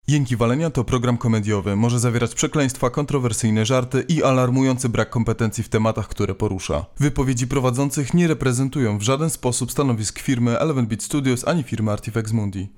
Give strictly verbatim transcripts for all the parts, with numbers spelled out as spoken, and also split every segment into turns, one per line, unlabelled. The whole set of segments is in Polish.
Jęki Walenia to program komediowy. Może zawierać przekleństwa, kontrowersyjne żarty i alarmujący brak kompetencji w tematach, które porusza. Wypowiedzi prowadzących nie reprezentują w żaden sposób stanowisk firmy Eleven Beat Studios ani firmy Artifex Mundi.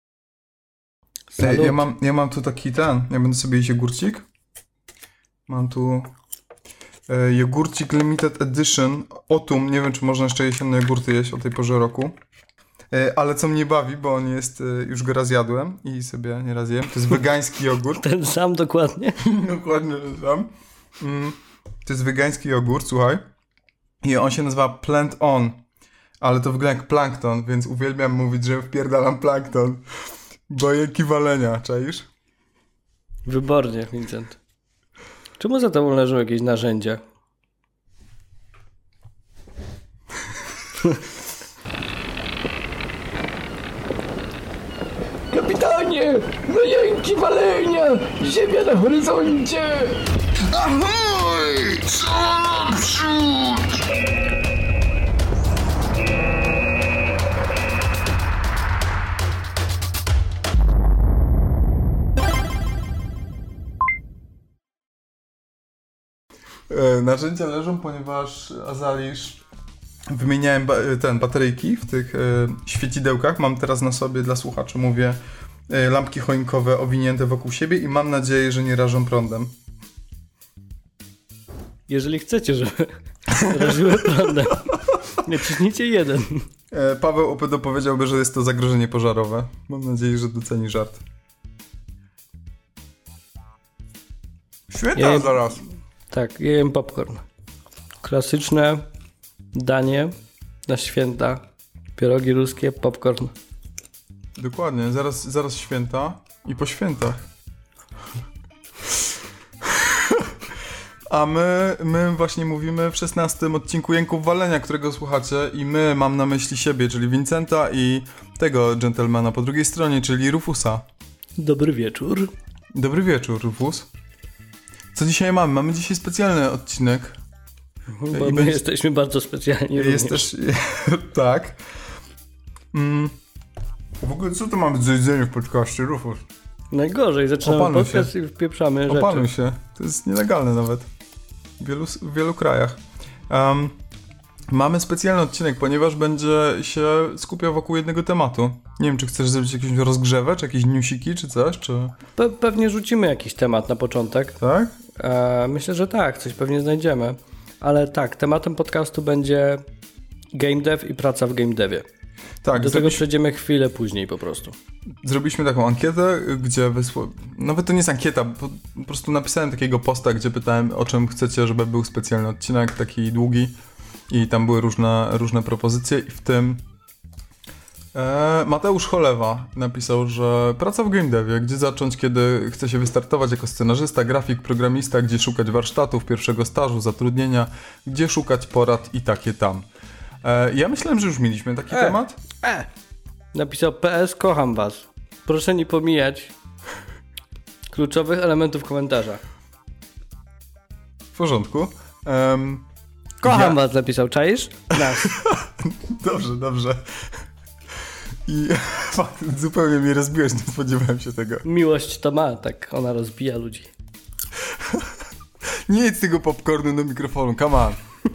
Ja mam, ja mam tu taki ten, ja będę sobie jeść jogurcik. Mam tu e, jogurcik Limited Edition Otum. Nie wiem, czy można jeszcze jesienne jogurty jeść o tej porze roku. Ale co mnie bawi, bo on jest, już go raz jadłem i sobie nie raz jem. To jest wegański jogurt.
Ten sam dokładnie?
Dokładnie ten sam. Mm, to jest wegański jogurt, słuchaj. I on się nazywa Plant On. Ale to wygląda jak plankton, więc uwielbiam mówić, że wpierdalam plankton. Bo jęki Walenia, czaisz?
Wybornie, Vincent. Czemu za tobą leżą jakieś narzędzia?
Kapitanie! No jęki Walenia! Ziemia na horyzoncie! Ahoj! Co naprzód!
E, narzędzia leżą, ponieważ Azalisz wymieniałem ba- ten bateryjki w tych e, świecidełkach. Mam teraz na sobie, dla słuchaczy mówię, e, lampki choinkowe owinięte wokół siebie i mam nadzieję, że nie rażą prądem.
Jeżeli chcecie, żeby raziły prądem, nie ciśnijcie jeden.
E, Paweł Opydo powiedziałby, że jest to zagrożenie pożarowe. Mam nadzieję, że doceni żart. Świetnie,
Ja jem,
zaraz.
Tak, ja jem popcorn. Klasyczne danie na święta. Pierogi ruskie, popcorn.
Dokładnie, zaraz, zaraz święta i po świętach. A my, my właśnie mówimy w szesnastym odcinku Jęków Walenia, którego słuchacie, i my, mam na myśli siebie, czyli Vincenta i tego dżentelmena po drugiej stronie, czyli Rufusa.
Dobry wieczór.
Dobry wieczór, Rufus. Co dzisiaj mamy? Mamy dzisiaj specjalny odcinek.
Bo my będzie... jesteśmy bardzo specjalni.
Jest też... tak. Mm. W ogóle co to mamy do jedzenia w podcaście, Rufus?
Najgorzej, zaczynamy Opanuj podcast się. I wpieprzamy rzeczy.
Opanuj się. To jest nielegalne nawet. W wielu, w wielu krajach. Um, mamy specjalny odcinek, ponieważ będzie się skupiał wokół jednego tematu. Nie wiem, czy chcesz zrobić jakąś rozgrzewę, czy jakieś newsiki, czy coś, czy...
Pe- pewnie rzucimy jakiś temat na początek.
Tak?
E, myślę, że tak, coś pewnie znajdziemy. Ale tak, tematem podcastu będzie game dev i praca w game devie.
Tak,
Do
zrobiś...
tego przejdziemy chwilę później po prostu.
Zrobiliśmy taką ankietę, gdzie wysła... Nawet to nie jest ankieta, po, po prostu napisałem takiego posta, gdzie pytałem, o czym chcecie, żeby był specjalny odcinek, taki długi. I tam były różne, różne propozycje i w tym e, Mateusz Cholewa napisał, że praca w game devie, gdzie zacząć, kiedy chce się wystartować jako scenarzysta, grafik, programista, gdzie szukać warsztatów, pierwszego stażu, zatrudnienia, gdzie szukać porad i takie tam. E, ja myślałem, że już mieliśmy taki e, temat.
E. Napisał P S, kocham was. Proszę nie pomijać kluczowych elementów komentarza.
W porządku. Um,
Kocham
ja...
was, napisał, czaisz? Nas.
Dobrze, dobrze. I zupełnie mnie rozbiłeś, nie spodziewałem się tego.
Miłość to ma, tak ona rozbija ludzi.
Nie jedz tego popcornu do mikrofonu, come on.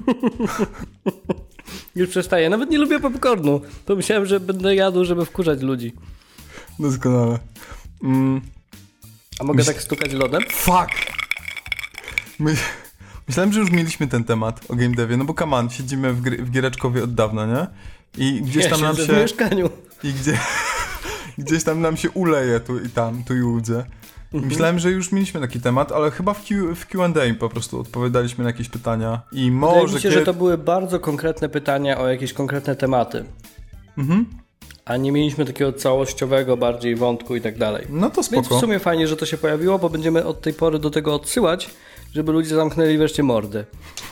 Już przestaję, nawet nie lubię popcornu. Pomyślałem, że będę jadł, żeby wkurzać ludzi.
Doskonale. Mm.
A mogę Myśl... tak stukać lodem?
Fuck! My... Myślałem, że już mieliśmy ten temat o game devie, no bo come on, siedzimy w, gry, w Giereczkowie od dawna, nie? I gdzieś
ja
tam nam się...
w mieszkaniu.
I gdzie... gdzieś tam nam się uleje tu i tam, tu i ujdzie. Mhm. Myślałem, że już mieliśmy taki temat, ale chyba w, Q, w Q and A po prostu odpowiadaliśmy na jakieś pytania. I może...
Wydaje mi się, że to były bardzo konkretne pytania o jakieś konkretne tematy. Mhm. A nie mieliśmy takiego całościowego bardziej wątku i tak dalej.
No to spoko.
Więc w sumie fajnie, że to się pojawiło, bo będziemy od tej pory do tego odsyłać, żeby ludzie zamknęli wreszcie mordy.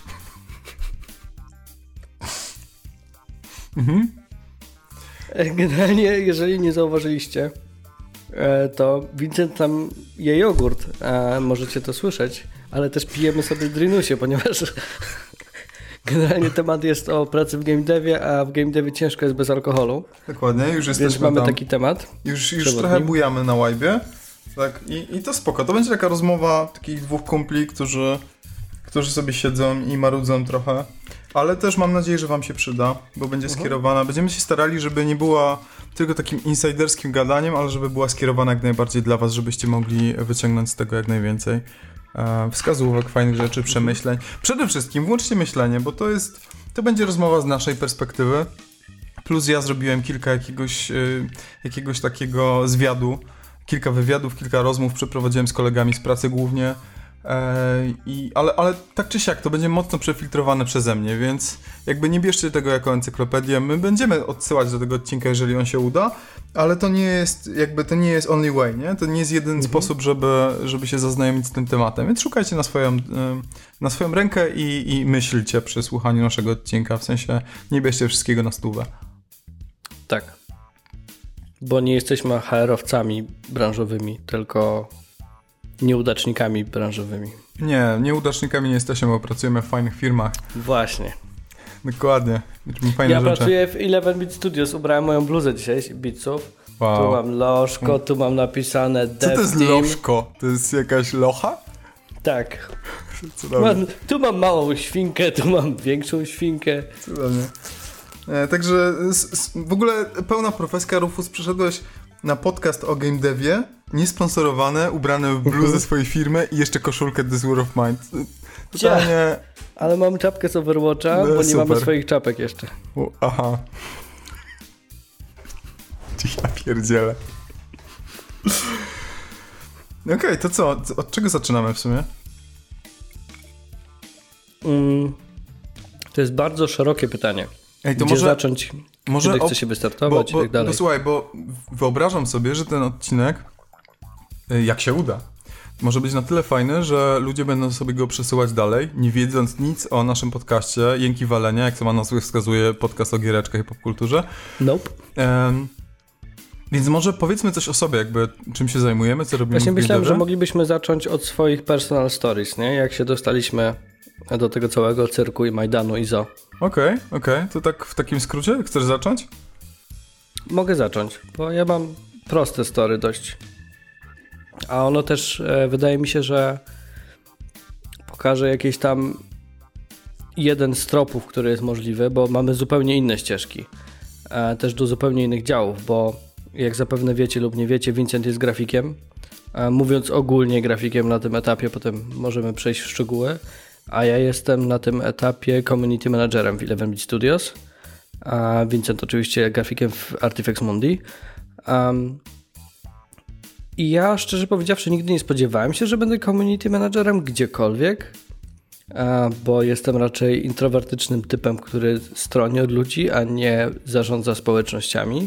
Mhm. Generalnie, jeżeli nie zauważyliście, to Vincent tam je jogurt, a możecie to słyszeć, ale też pijemy sobie drinusie, ponieważ generalnie temat jest o pracy w game devie, a w game devie ciężko jest bez alkoholu.
Dokładnie, już jesteśmy
Więc mamy
tam.
taki temat.
Już, już trochę bujamy na łajbie. Tak, i, i to spoko. To będzie taka rozmowa takich dwóch kumpli, którzy, którzy sobie siedzą i marudzą trochę. Ale też mam nadzieję, że wam się przyda, bo będzie uh-huh. skierowana. Będziemy się starali, żeby nie była tylko takim insiderskim gadaniem, ale żeby była skierowana jak najbardziej dla was, żebyście mogli wyciągnąć z tego jak najwięcej e, wskazówek, fajnych rzeczy, przemyśleń. Przede wszystkim włączcie myślenie, bo to jest, to będzie rozmowa z naszej perspektywy. Plus ja zrobiłem kilka jakiegoś, e, jakiegoś takiego zwiadu, kilka wywiadów, kilka rozmów przeprowadziłem z kolegami z pracy głównie. I, ale, ale tak czy siak to będzie mocno przefiltrowane przeze mnie, więc jakby nie bierzcie tego jako encyklopedię. My będziemy odsyłać do tego odcinka, jeżeli on się uda, ale to nie jest jakby to nie jest only way, nie? To nie jest jeden mhm. sposób, żeby, żeby się zaznajomić z tym tematem, więc szukajcie na swoją, na swoją rękę i, i myślcie przy słuchaniu naszego odcinka, w sensie nie bierzcie wszystkiego na stówę.
Tak, bo nie jesteśmy H R-owcami branżowymi, tylko nieudacznikami branżowymi.
Nie, nieudacznikami nie jesteśmy, bo pracujemy w fajnych firmach.
Właśnie.
Dokładnie. Fajne
ja
rzeczy.
pracuję w Eleven Beat Studios, ubrałem moją bluzę dzisiaj z Beatsów. Wow. Tu mam lożko, tu mam napisane Dev
Co to jest
Team.
lożko? To jest jakaś locha?
Tak. Mam, tu mam małą świnkę, tu mam większą świnkę.
Cudownie. E, także s, s, w ogóle pełna profeska. Rufus, przyszedłeś na podcast o game devie, niesponsorowane, ubrane w bluzę swojej firmy i jeszcze koszulkę This War of Mine. Totalnie...
Ale mam czapkę z Overwatcha, no, bo nie super. Mamy swoich czapek jeszcze.
U, aha. Ja pierdzielę. Okej, okay, to co? Od czego zaczynamy w sumie?
Mm, to jest bardzo szerokie pytanie.
Ej, to
Gdzie
może,
zacząć,
może
kiedy chce się wystartować
bo, bo,
i tak dalej.
Bo słuchaj, bo wyobrażam sobie, że ten odcinek, jak się uda, może być na tyle fajny, że ludzie będą sobie go przesyłać dalej, nie wiedząc nic o naszym podcaście Jęki Walenia, jak sama nazwa wskazuje, podcast o giereczkach i popkulturze.
Nope.
Um, więc może powiedzmy coś o sobie, jakby czym się zajmujemy, co robimy.
Właśnie
w
myślałem,
Game
że moglibyśmy zacząć od swoich personal stories, nie? Jak się dostaliśmy do tego całego cyrku i Majdanu i zo.
Okej, okay, okej. Okay. To tak w takim skrócie? Chcesz zacząć?
Mogę zacząć, bo ja mam proste story dość. A ono też e, wydaje mi się, że pokaże jakieś tam jeden z tropów, który jest możliwy, bo mamy zupełnie inne ścieżki. E, też do zupełnie innych działów, bo jak zapewne wiecie lub nie wiecie, Vincent jest grafikiem. E, mówiąc ogólnie grafikiem na tym etapie, potem możemy przejść w szczegóły. A ja jestem na tym etapie community managerem w Eleven Beat Studios. A Vincent oczywiście grafikiem w Artifex Mundi. Um, I ja szczerze powiedziawszy nigdy nie spodziewałem się, że będę community managerem gdziekolwiek, bo jestem raczej introwertycznym typem, który stroni od ludzi, a nie zarządza społecznościami.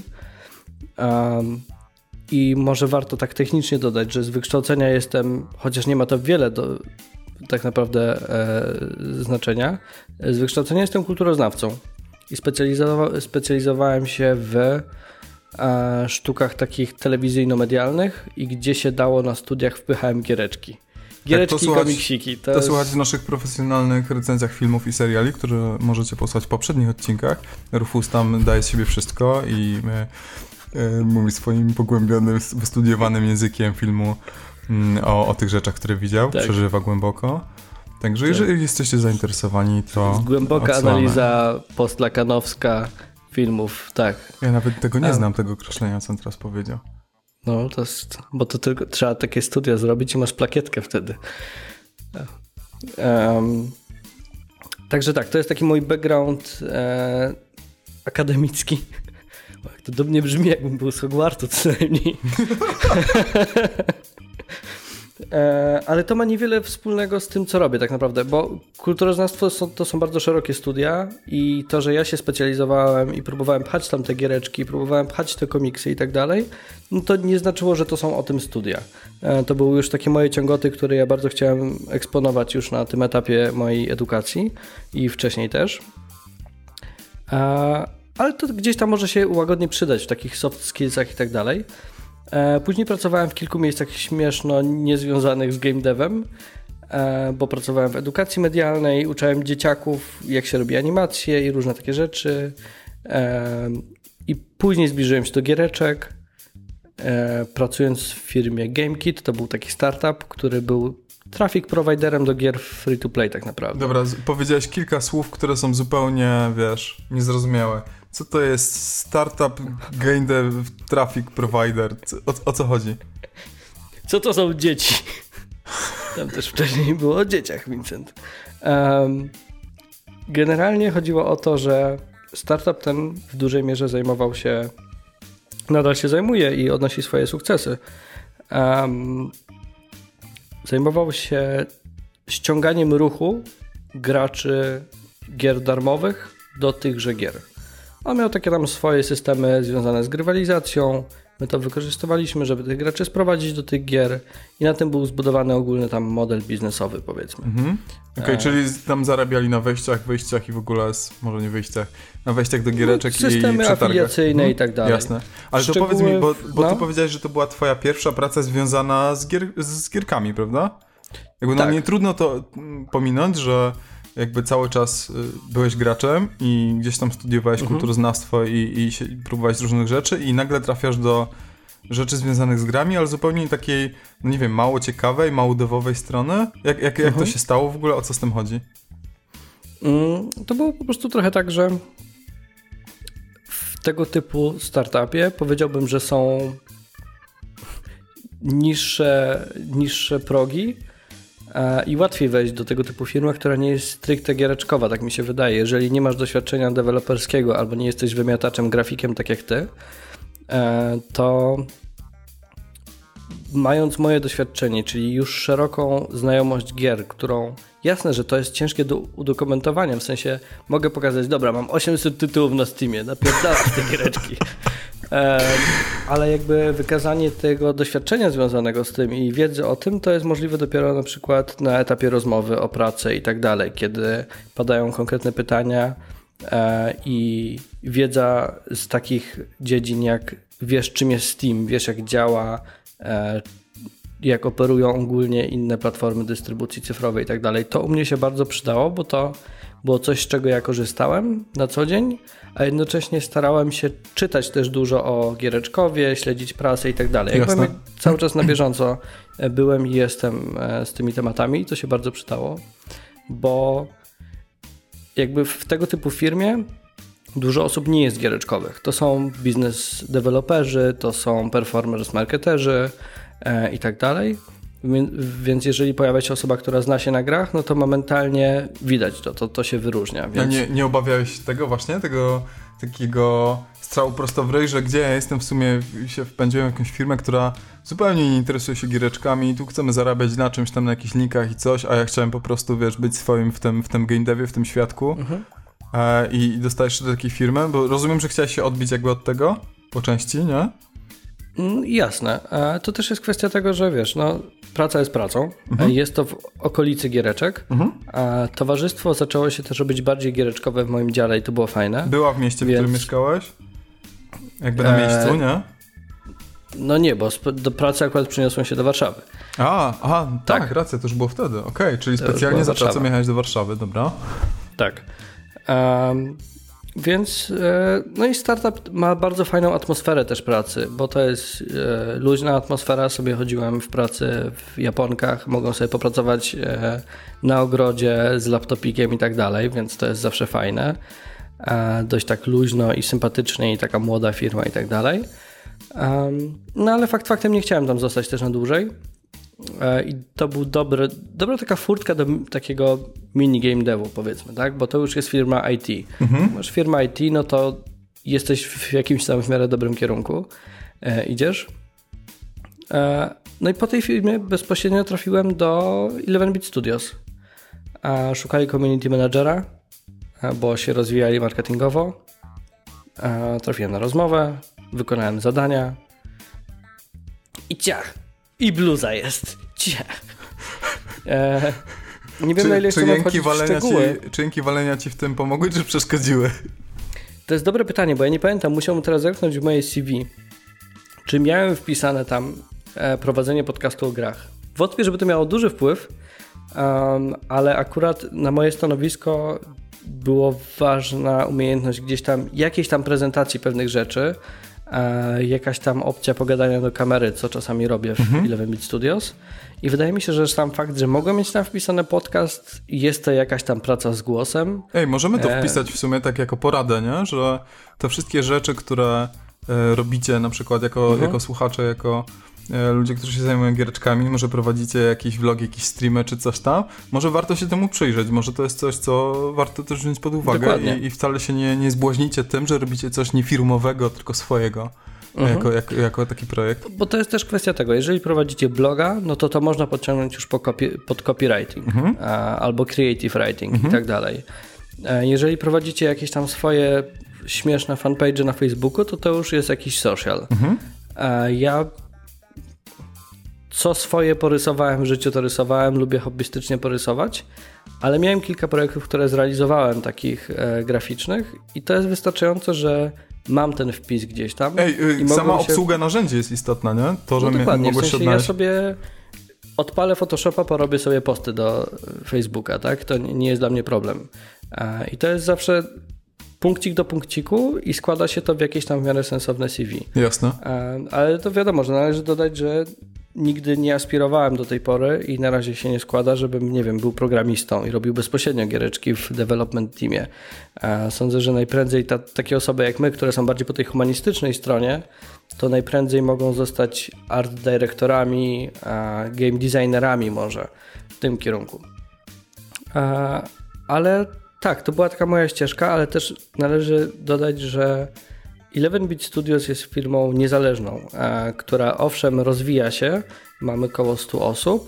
Um, I może warto tak technicznie dodać, że z wykształcenia jestem, chociaż nie ma to wiele do, tak naprawdę e, znaczenia, z wykształcenia jestem kulturoznawcą i specjalizowa- specjalizowałem się w e, sztukach takich telewizyjno-medialnych i gdzie się dało na studiach wpychałem giereczki. Giereczki tak, i komiksiki. To,
to
jest...
słuchać w naszych profesjonalnych recenzjach filmów i seriali, które możecie posłuchać w poprzednich odcinkach. Rufus tam daje z siebie wszystko i y, y, mówi swoim pogłębionym, wystudiowanym językiem filmu y, o, o tych rzeczach, które widział. Tak. Przeżywa głęboko. Także jeżeli tak. jesteście zainteresowani, to
głęboka
odsyłamy.
Analiza postlakanowska filmów, tak.
Ja nawet tego nie A. znam, tego określenia, co on teraz powiedział.
No, to jest, bo to tylko trzeba takie studia zrobić i masz plakietkę wtedy. Um, także tak, to jest taki mój background e, akademicki. Jak to do mnie brzmi, jakbym był z Hogwartu co najmniej. E, ale to ma niewiele wspólnego z tym, co robię tak naprawdę, bo kulturoznawstwo są, to są bardzo szerokie studia i to, że ja się specjalizowałem i próbowałem pchać tam te giereczki, próbowałem pchać te komiksy i tak dalej, no to nie znaczyło, że to są o tym studia. E, to były już takie moje ciągoty, które ja bardzo chciałem eksponować już na tym etapie mojej edukacji i wcześniej też. E, ale to gdzieś tam może się łagodnie przydać w takich soft skillsach i tak dalej. Później pracowałem w kilku miejscach śmieszno niezwiązanych z game devem, bo pracowałem w edukacji medialnej, uczyłem dzieciaków, jak się robi animacje i różne takie rzeczy. I później zbliżyłem się do giereczek e, pracując w firmie GameKit, to był taki startup, który był traffic providerem do gier free to play tak naprawdę.
Dobra, z- powiedziałeś kilka słów, które są zupełnie, wiesz, niezrozumiałe. Co to jest startup game dev traffic provider? Co, o, o co chodzi?
Co to są dzieci? Tam też wcześniej było o dzieciach, Vincent. Um, generalnie chodziło o to, że startup ten w dużej mierze zajmował się, nadal się zajmuje i odnosi swoje sukcesy. Um, zajmował się ściąganiem ruchu graczy gier darmowych do tychże gier. On miał takie tam swoje systemy związane z grywalizacją. My to wykorzystywaliśmy, żeby tych graczy sprowadzić do tych gier i na tym był zbudowany ogólny tam model biznesowy, powiedzmy.
Mhm. Okej, okay, e... czyli tam zarabiali na wejściach, wyjściach i w ogóle, z, może nie wyjściach, na wejściach do giereczek
no, systemy
i przetargach.
afiliacyjne
mhm.
i tak dalej.
Jasne. Ale
Szczegóły...
to powiedz mi, bo, bo
no.
ty powiedziałeś, że to była twoja pierwsza praca związana z, gier, z gierkami, prawda? Jakby
tak.
No nie trudno to pominąć, że jakby cały czas byłeś graczem i gdzieś tam studiowałeś mhm. kulturoznawstwo i, i, się, i próbowałeś różnych rzeczy i nagle trafiasz do rzeczy związanych z grami, ale zupełnie takiej, no nie wiem, mało ciekawej, mało devowej strony. Jak, jak, mhm. jak to się stało w ogóle? O co z tym chodzi?
Mm, to było po prostu trochę tak, że w tego typu startupie powiedziałbym, że są niższe, niższe progi i łatwiej wejść do tego typu firmy, która nie jest stricte giereczkowa, tak mi się wydaje. Jeżeli nie masz doświadczenia deweloperskiego albo nie jesteś wymiataczem, grafikiem tak jak ty, to mając moje doświadczenie, czyli już szeroką znajomość gier, którą jasne, że to jest ciężkie do udokumentowania, w sensie mogę pokazać, dobra, mam osiemset tytułów na Steamie, napierdalam te giereczki. Ale jakby wykazanie tego doświadczenia związanego z tym i wiedzy o tym, to jest możliwe dopiero na przykład na etapie rozmowy o pracę i tak dalej, kiedy padają konkretne pytania i wiedza z takich dziedzin jak wiesz czym jest Steam, wiesz jak działa, jak operują ogólnie inne platformy dystrybucji cyfrowej i tak dalej, to u mnie się bardzo przydało, bo to było coś, z czego ja korzystałem na co dzień, a jednocześnie starałem się czytać też dużo o giereczkowie, śledzić prasę i tak dalej. Jakby cały czas na bieżąco byłem i jestem z tymi tematami i to się bardzo przydało, bo jakby w tego typu firmie dużo osób nie jest giereczkowych. To są biznes deweloperzy, to są performers, marketerzy e, i tak dalej. Więc jeżeli pojawia się osoba, która zna się na grach, no to momentalnie widać to, to, to się wyróżnia. Więc...
A nie, nie obawiałeś się tego właśnie, tego takiego strzału prosto w ryj, że gdzie ja jestem w sumie, się wpędziłem w jakąś firmę, która zupełnie nie interesuje się giereczkami, tu chcemy zarabiać na czymś tam, na jakichś linkach i coś, a ja chciałem po prostu, wiesz, być swoim w tym, w tym game devie, w tym świadku mhm. e, i dostajesz do takiej firmy, bo rozumiem, że chciałeś się odbić jakby od tego, po części, nie?
Mm, jasne. E, to też jest kwestia tego, że wiesz, no praca jest pracą, mhm. jest to w okolicy giereczek, mhm. a towarzystwo zaczęło się też robić bardziej giereczkowe w moim dziale i to było fajne.
Była w mieście, więc... w którym mieszkałeś? Jakby na miejscu, e... nie?
No nie, bo do pracy akurat przyniosłem się do Warszawy.
A, aha, tak, tak racja, to już było wtedy. Okej, okay, czyli to specjalnie za pracą jechałeś do Warszawy, dobra.
Tak. Um, więc, no i startup ma bardzo fajną atmosferę też pracy, bo to jest e, luźna atmosfera. Sobie chodziłem w pracy w Japonkach, mogą sobie popracować e, na ogrodzie z laptopikiem i tak dalej, więc to jest zawsze fajne. E, dość tak luźno i sympatycznie i taka młoda firma i tak dalej. Um, no ale fakt faktem nie chciałem tam zostać też na dłużej. I to był dobry, dobra taka furtka do takiego mini game devu, powiedzmy, tak? Bo to już jest firma I T. Mhm. Masz firma I T, no to jesteś w jakimś tam w miarę dobrym kierunku. E, idziesz. E, no i po tej firmie bezpośrednio trafiłem do eleven bit Studios. E, szukali community managera, e, bo się rozwijali marketingowo. E, trafiłem na rozmowę, wykonałem zadania i ciach! I bluza jest. Ciach. E, nie wiem, czy, na ile chcę wchodzić w szczegóły.
Ci, czy jęki walenia ci w tym pomogły, czy przeszkodziły?
To jest dobre pytanie, bo ja nie pamiętam. Musiałbym teraz zerknąć w mojej C V. Czy miałem wpisane tam e, prowadzenie podcastu o grach? Wątpię, żeby to miało duży wpływ, um, ale akurat na moje stanowisko było ważna umiejętność gdzieś tam, jakiejś tam prezentacji pewnych rzeczy, e, jakaś tam opcja pogadania do kamery, co czasami robię w mhm. Eleven Bit Studios. I wydaje mi się, że sam fakt, że mogę mieć tam wpisany podcast, jest to jakaś tam praca z głosem.
Ej, możemy to wpisać w sumie tak jako poradę, nie? Że te wszystkie rzeczy, które e, robicie na przykład jako, mhm. jako słuchacze, jako e, ludzie, którzy się zajmują giereczkami, może prowadzicie jakieś vlogi, jakieś streamy czy coś tam, może warto się temu przyjrzeć, może to jest coś, co warto też wziąć pod uwagę i, i wcale się nie, nie zbłaźnicie tym, że robicie coś nie firmowego, tylko swojego. Mhm. Jako, jako, jako taki projekt.
Bo to jest też kwestia tego, jeżeli prowadzicie bloga, no to to można podciągnąć już po copy, pod copywriting mhm. a, albo creative writing mhm. i tak dalej. Jeżeli prowadzicie jakieś tam swoje śmieszne fanpage na Facebooku, to to już jest jakiś social. Mhm. A ja co swoje porysowałem w życiu, to rysowałem, lubię hobbystycznie porysować, ale miałem kilka projektów, które zrealizowałem takich e, graficznych i to jest wystarczająco, że mam ten wpis gdzieś tam.
Ej, yy,
i
sama
się...
obsługa narzędzi jest istotna, nie? To, że
no dokładnie,
mogłeś
w sensie
się odnaleźć...
ja sobie odpalę Photoshopa, porobię sobie posty do Facebooka, tak? To nie jest dla mnie problem. E, I to jest zawsze punkcik do punkciku i składa się to w jakieś tam w miarę sensowne C V.
Jasne.
E, ale to wiadomo, że należy dodać, że nigdy nie aspirowałem do tej pory i na razie się nie składa, żebym, nie wiem, był programistą i robił bezpośrednio giereczki w development teamie. Sądzę, że najprędzej ta, takie osoby jak my, które są bardziej po tej humanistycznej stronie, to najprędzej mogą zostać art dyrektorami, game designerami może w tym kierunku. Ale tak, to była taka moja ścieżka, ale też należy dodać, że Eleven Bit Studios jest firmą niezależną, e, która owszem rozwija się, mamy około stu osób,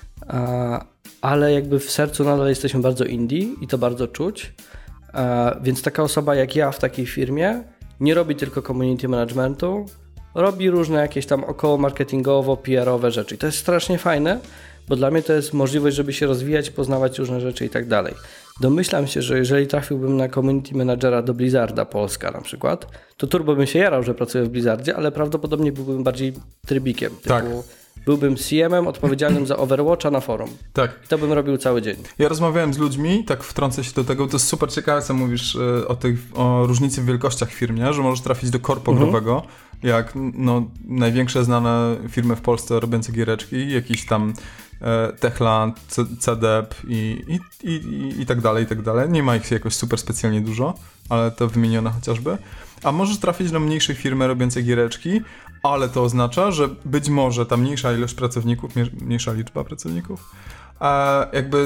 e, ale jakby w sercu nadal jesteśmy bardzo indie i to bardzo czuć, e, więc taka osoba jak ja w takiej firmie nie robi tylko community managementu, robi różne jakieś tam około marketingowo, P R-owe rzeczy i to jest strasznie fajne, bo dla mnie to jest możliwość, żeby się rozwijać, poznawać różne rzeczy i tak dalej. Domyślam się, że jeżeli trafiłbym na community managera do Blizzarda Polska na przykład, to turbo bym się jarał, że pracuję w Blizzardzie, ale prawdopodobnie byłbym bardziej trybikiem.
Tak.
Typu byłbym C M em odpowiedzialnym za Overwatcha na forum.
Tak.
I to bym robił cały dzień.
Ja rozmawiałem z ludźmi, tak wtrącę się do tego, to jest super ciekawe, co mówisz y, o, tych, o różnicy w wielkościach w firmie, że możesz trafić do korpo mhm. growego, jak no, największe znane firmy w Polsce robiące giereczki, jakiś tam Techland, C D P i, i, i, i tak dalej, i tak dalej. Nie ma ich jakoś super specjalnie dużo, ale to wymienione chociażby. A możesz trafić do mniejszej firmy robiącej giereczki, ale to oznacza, że być może ta mniejsza ilość pracowników, mniejsza liczba pracowników, jakby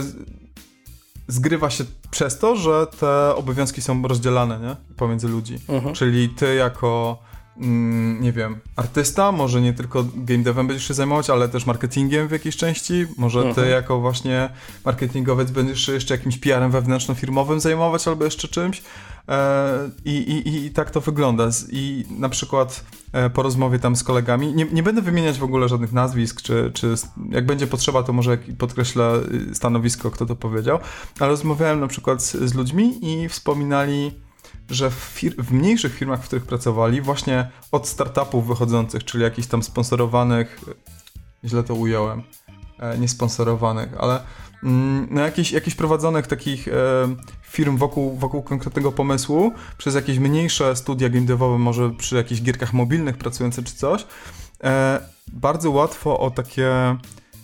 zgrywa się przez to, że te obowiązki są rozdzielane, nie? Pomiędzy ludzi. Uh-huh. Czyli ty jako Mm, nie wiem, artysta, może nie tylko game devem będziesz się zajmować, ale też marketingiem w jakiejś części, może ty mhm. jako właśnie marketingowiec będziesz jeszcze jakimś P R-em wewnętrzno-firmowym zajmować albo jeszcze czymś e, i, i, i tak to wygląda i na przykład e, po rozmowie tam z kolegami, nie, nie będę wymieniać w ogóle żadnych nazwisk, czy, czy jak będzie potrzeba, to może podkreślę stanowisko, kto to powiedział, ale rozmawiałem na przykład z, z ludźmi i wspominali, że w, fir- w mniejszych firmach, w których pracowali, właśnie od startupów wychodzących, czyli jakichś tam sponsorowanych, źle to ująłem, e, nie sponsorowanych, ale mm, no jakichś, jakichś prowadzonych takich e, firm wokół, wokół konkretnego pomysłu, przez jakieś mniejsze studia game devowe, może przy jakichś gierkach mobilnych pracujące czy coś, e, bardzo łatwo o takie,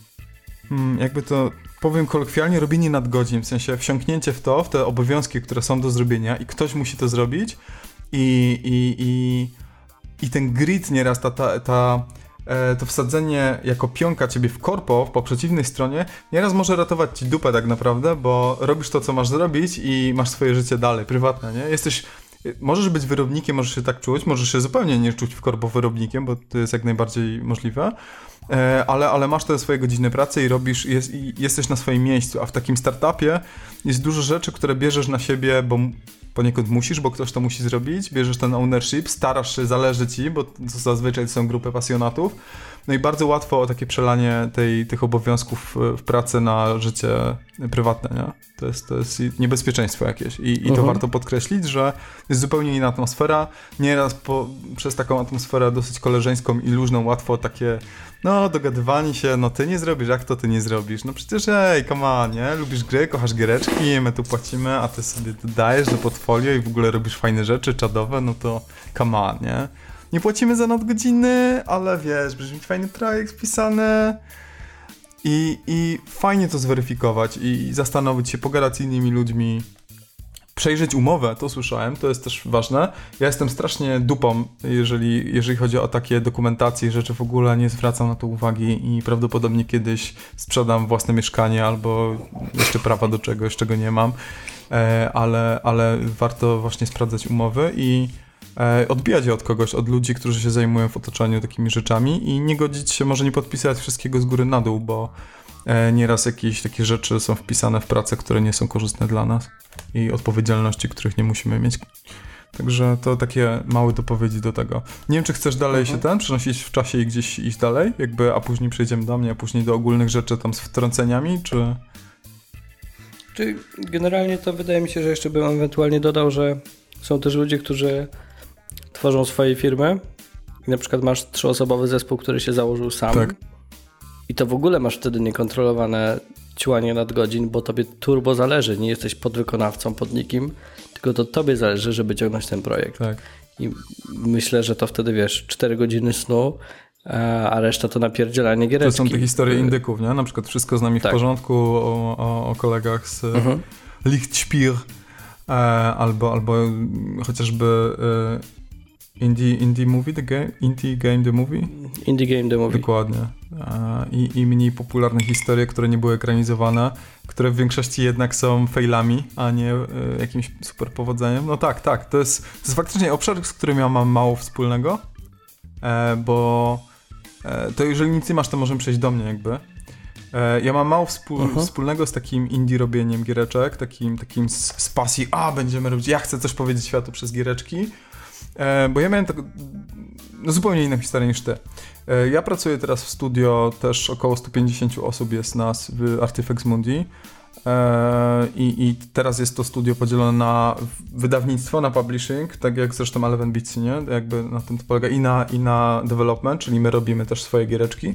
hmm, jakby to powiem kolokwialnie, robienie nadgodzin, w sensie wsiąknięcie w to, w te obowiązki, które są do zrobienia i ktoś musi to zrobić i, i, i, i ten grid nieraz, ta, ta, ta, e, to wsadzenie jako pionka ciebie w korpo, po przeciwnej stronie, nieraz może ratować ci dupę tak naprawdę, bo robisz to, co masz zrobić i masz swoje życie dalej, prywatne, nie? Jesteś, możesz być wyrobnikiem, możesz się tak czuć, możesz się zupełnie nie czuć w korpo wyrobnikiem, bo to jest jak najbardziej możliwe, ale, ale masz te swoje godziny pracy i robisz, jest, i jesteś na swoim miejscu, a w takim startupie jest dużo rzeczy, które bierzesz na siebie, bo poniekąd musisz, bo ktoś to musi zrobić, bierzesz ten ownership, starasz się, zależy ci, bo to zazwyczaj to są grupy pasjonatów, no i bardzo łatwo o takie przelanie tej, tych obowiązków w pracy na życie prywatne, nie? To jest, to jest niebezpieczeństwo jakieś i, i to uh-huh. warto podkreślić, że jest zupełnie inna atmosfera, nieraz po, przez taką atmosferę dosyć koleżeńską i luźną łatwo takie no dogadywanie się, no ty nie zrobisz, jak to ty nie zrobisz? No przecież ej, come on, nie? Lubisz gry, kochasz giereczki, my tu płacimy, a ty sobie dajesz do portfolio i w ogóle robisz fajne rzeczy, czadowe, no to come on, nie? nie płacimy za nadgodziny, ale wiesz, będziesz mieć fajny projekt wpisany i, i fajnie to zweryfikować i zastanowić się, pogadać z innymi ludźmi, przejrzeć umowę, to słyszałem, to jest też ważne. Ja jestem strasznie dupą, jeżeli, jeżeli chodzi o takie dokumentacje i rzeczy, w ogóle nie zwracam na to uwagi i prawdopodobnie kiedyś sprzedam własne mieszkanie albo jeszcze prawa do czegoś, czego nie mam, ale, ale warto właśnie sprawdzać umowy i odbijać je od kogoś, od ludzi, którzy się zajmują w otoczeniu takimi rzeczami i nie godzić się, może nie podpisywać wszystkiego z góry na dół, bo nieraz jakieś takie rzeczy są wpisane w pracę, które nie są korzystne dla nas i odpowiedzialności, których nie musimy mieć. Także to takie małe dopowiedzi do tego. Nie wiem, czy chcesz dalej mhm. się ten przenosić w czasie i gdzieś iść dalej, jakby, a później przejdziemy do mnie, a później do ogólnych rzeczy tam z wtrąceniami, czy...
Czy generalnie to wydaje mi się, że jeszcze bym ewentualnie dodał, że są też ludzie, którzy tworzą swoje firmy i na przykład masz trzyosobowy zespół, który się założył sam. Tak. I to w ogóle masz wtedy niekontrolowane ciłanie nadgodzin, bo tobie turbo zależy. Nie jesteś podwykonawcą pod nikim, tylko to tobie zależy, żeby ciągnąć ten projekt. Tak. I myślę, że to wtedy, wiesz, cztery godziny snu, a reszta to napierdzielanie giereczki.
To są te historie indyków, nie? Na przykład Wszystko z nami tak. w porządku, o, o, o kolegach z mhm. Lichtspiel, e, albo, albo chociażby e, Indie, indie Movie, the game? Indie Game, the Movie?
Indie Game, the Movie.
Dokładnie. I, I mniej popularne historie, które nie były ekranizowane, które w większości jednak są failami, a nie y, jakimś super powodzeniem. No tak, tak. To jest, to jest faktycznie obszar, z którym ja mam mało wspólnego, e, bo e, to jeżeli nic nie masz, to możemy przejść do mnie jakby. E, ja mam mało wspól, uh-huh. wspólnego z takim indie robieniem giereczek, takim, takim z, z pasji, a będziemy robić, ja chcę coś powiedzieć światu przez giereczki. Bo ja miałem tak, no zupełnie inną historię niż ty. Ja pracuję teraz w studio, też około sto pięćdziesiąt osób jest nas w Artifex Mundi i, i teraz jest to studio podzielone na wydawnictwo, na publishing, tak jak zresztą Eleven Beats, nie? Jakby na tym to polega, i na, i na development, czyli my robimy też swoje giereczki.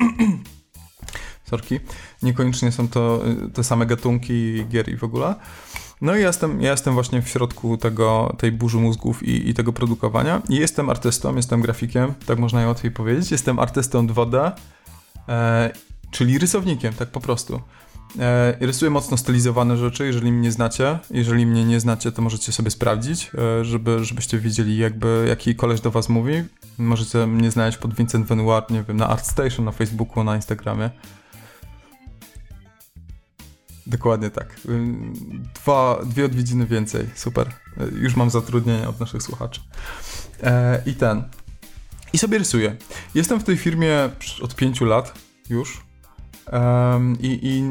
Sorki. Niekoniecznie są to te same gatunki gier i w ogóle. No i ja jestem, ja jestem właśnie w środku tego, tej burzy mózgów i, i tego produkowania. I jestem artystą, jestem grafikiem, tak można najłatwiej powiedzieć. Jestem artystą dwa D, e, czyli rysownikiem, tak po prostu. E, rysuję mocno stylizowane rzeczy, jeżeli mnie znacie. Jeżeli mnie nie znacie, to możecie sobie sprawdzić, e, żeby, żebyście wiedzieli, jakby, jaki koleś do was mówi. Możecie mnie znaleźć pod Vincent Venoir, nie wiem, na ArtStation, na Facebooku, na Instagramie. Dokładnie tak. Dwa, dwie odwiedziny więcej. Super. Już mam zatrudnienie od naszych słuchaczy. E, I ten. I sobie rysuję. Jestem w tej firmie od pięciu lat już. E, i, I